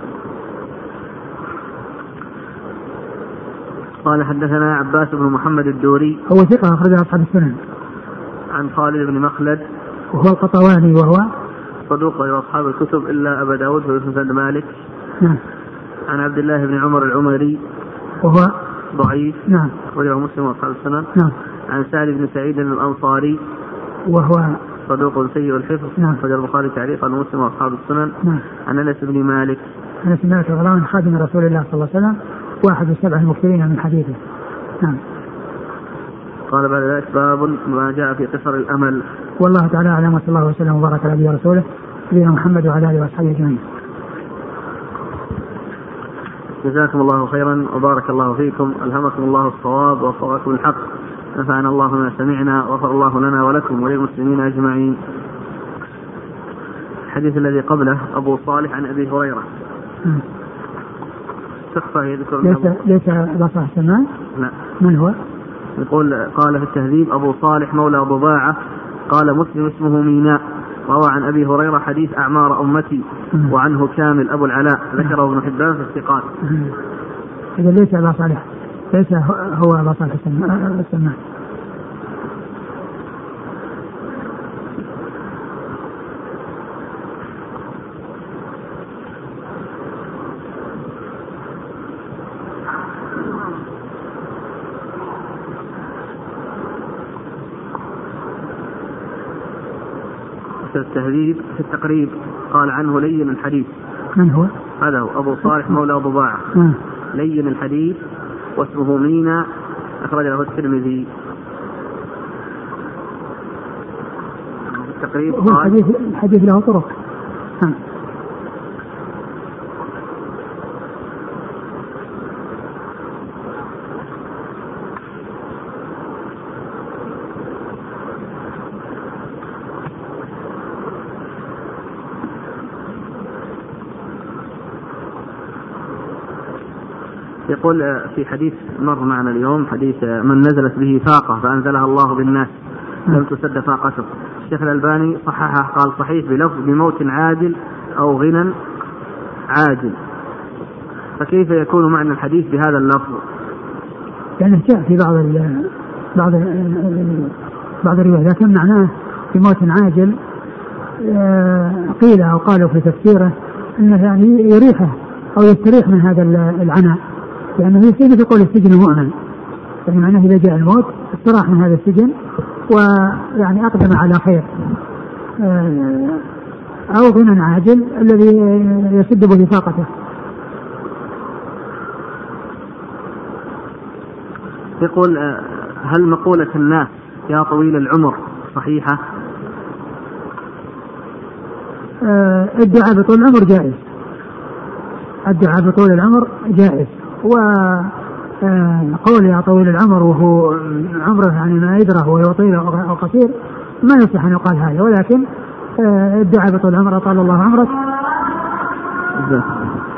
قال حدثنا عباس بن محمد الدوري هو ثقة أخرج أصحاب السنن. عن خالد بن مخلد وهو القطواني وهو صدوق أصحاب الكتب إلا أبا داود وابن مالك. نعم. عن عبد الله بن عمر العمري وهو ضعيف. نعم. وله مسلم وأصحاب السنن. نعم. عن سعد بن سعيد الأنصاري وهو صدوق سيء الحفظ. نعم. أخرج البخاري تعليقا ومسلم وأصحاب السنن. نعم. عن أنس بن مالك رضي الله عنه خادم رسول الله صلى الله عليه وسلم واحد السبع المكثرين من حديثه. نعم. قال بعد ذلك: باب ما جاء في قصر الأمل. والله تعالى أعلم، وصلى الله وسلم وبارك على نبينا ورسوله نبينا محمد وعلى آله وأصحابه أجمعين. جزاكم الله خيرا وبارك الله فيكم، ألهمكم الله الصواب ووفقكم الحق، نفعنا الله ما سمعنا وغفر الله لنا ولكم وللمسلمين أجمعين. الحديث الذي قبله أبو صالح عن أبي هريرة. تخفى يذكر ليس أبو صالح السمان؟ لا. من هو؟ يقول قال في التهذيب: أبو صالح مولى ضباعة. قال مسلم: اسمه ميناء. روى عن أبي هريرة حديث أعمار أمتي. وعنه كامل أبو العلاء، ذكره ابن حبان في الثقات. إذا ليس أبو صالح، ليس هو أبو صالح السمان. التهذيب في التقريب قال عنه لين الحديث. من هو؟ هذا هو أبو صالح مولى ضباعة. لين الحديث واسمه مينا، أخرج له الترمذي. التقريب قال الحديث له طرق. يقول في حديث مر معنا اليوم حديث من نزلت به فاقة فأنزلها الله بالناس لم تسد فاقته. الشيخ الألباني صححه قال صحيح بلفظ بموت عاجل أو غنى عاجل، فكيف يكون معنى الحديث بهذا اللفظ؟ يعني جاء في بعض الروايات لكن معناه بموت عاجل قيل أو قالوا في تفسيره أنه يعني يريحه أو يستريح من هذا العناء، لأنه يصير يقول السجن مؤمن، يعني معناه إذا جاء الموت استراح من هذا السجن ويعني أقدم على خير، أو غنى عاجل الذي يسد به فاقته. يقول هل مقولة الناس يا طويل العمر صحيحة؟ الدعاء بطول العمر جائز، الدعاء بطول العمر جائز، وقول يا طويل العمر وهو عمره يعني ما يدره وهو طويل أو قصير ما يصح أن يقال هذا، ولكن الدعاء بطول العمر أطال الله عمرك.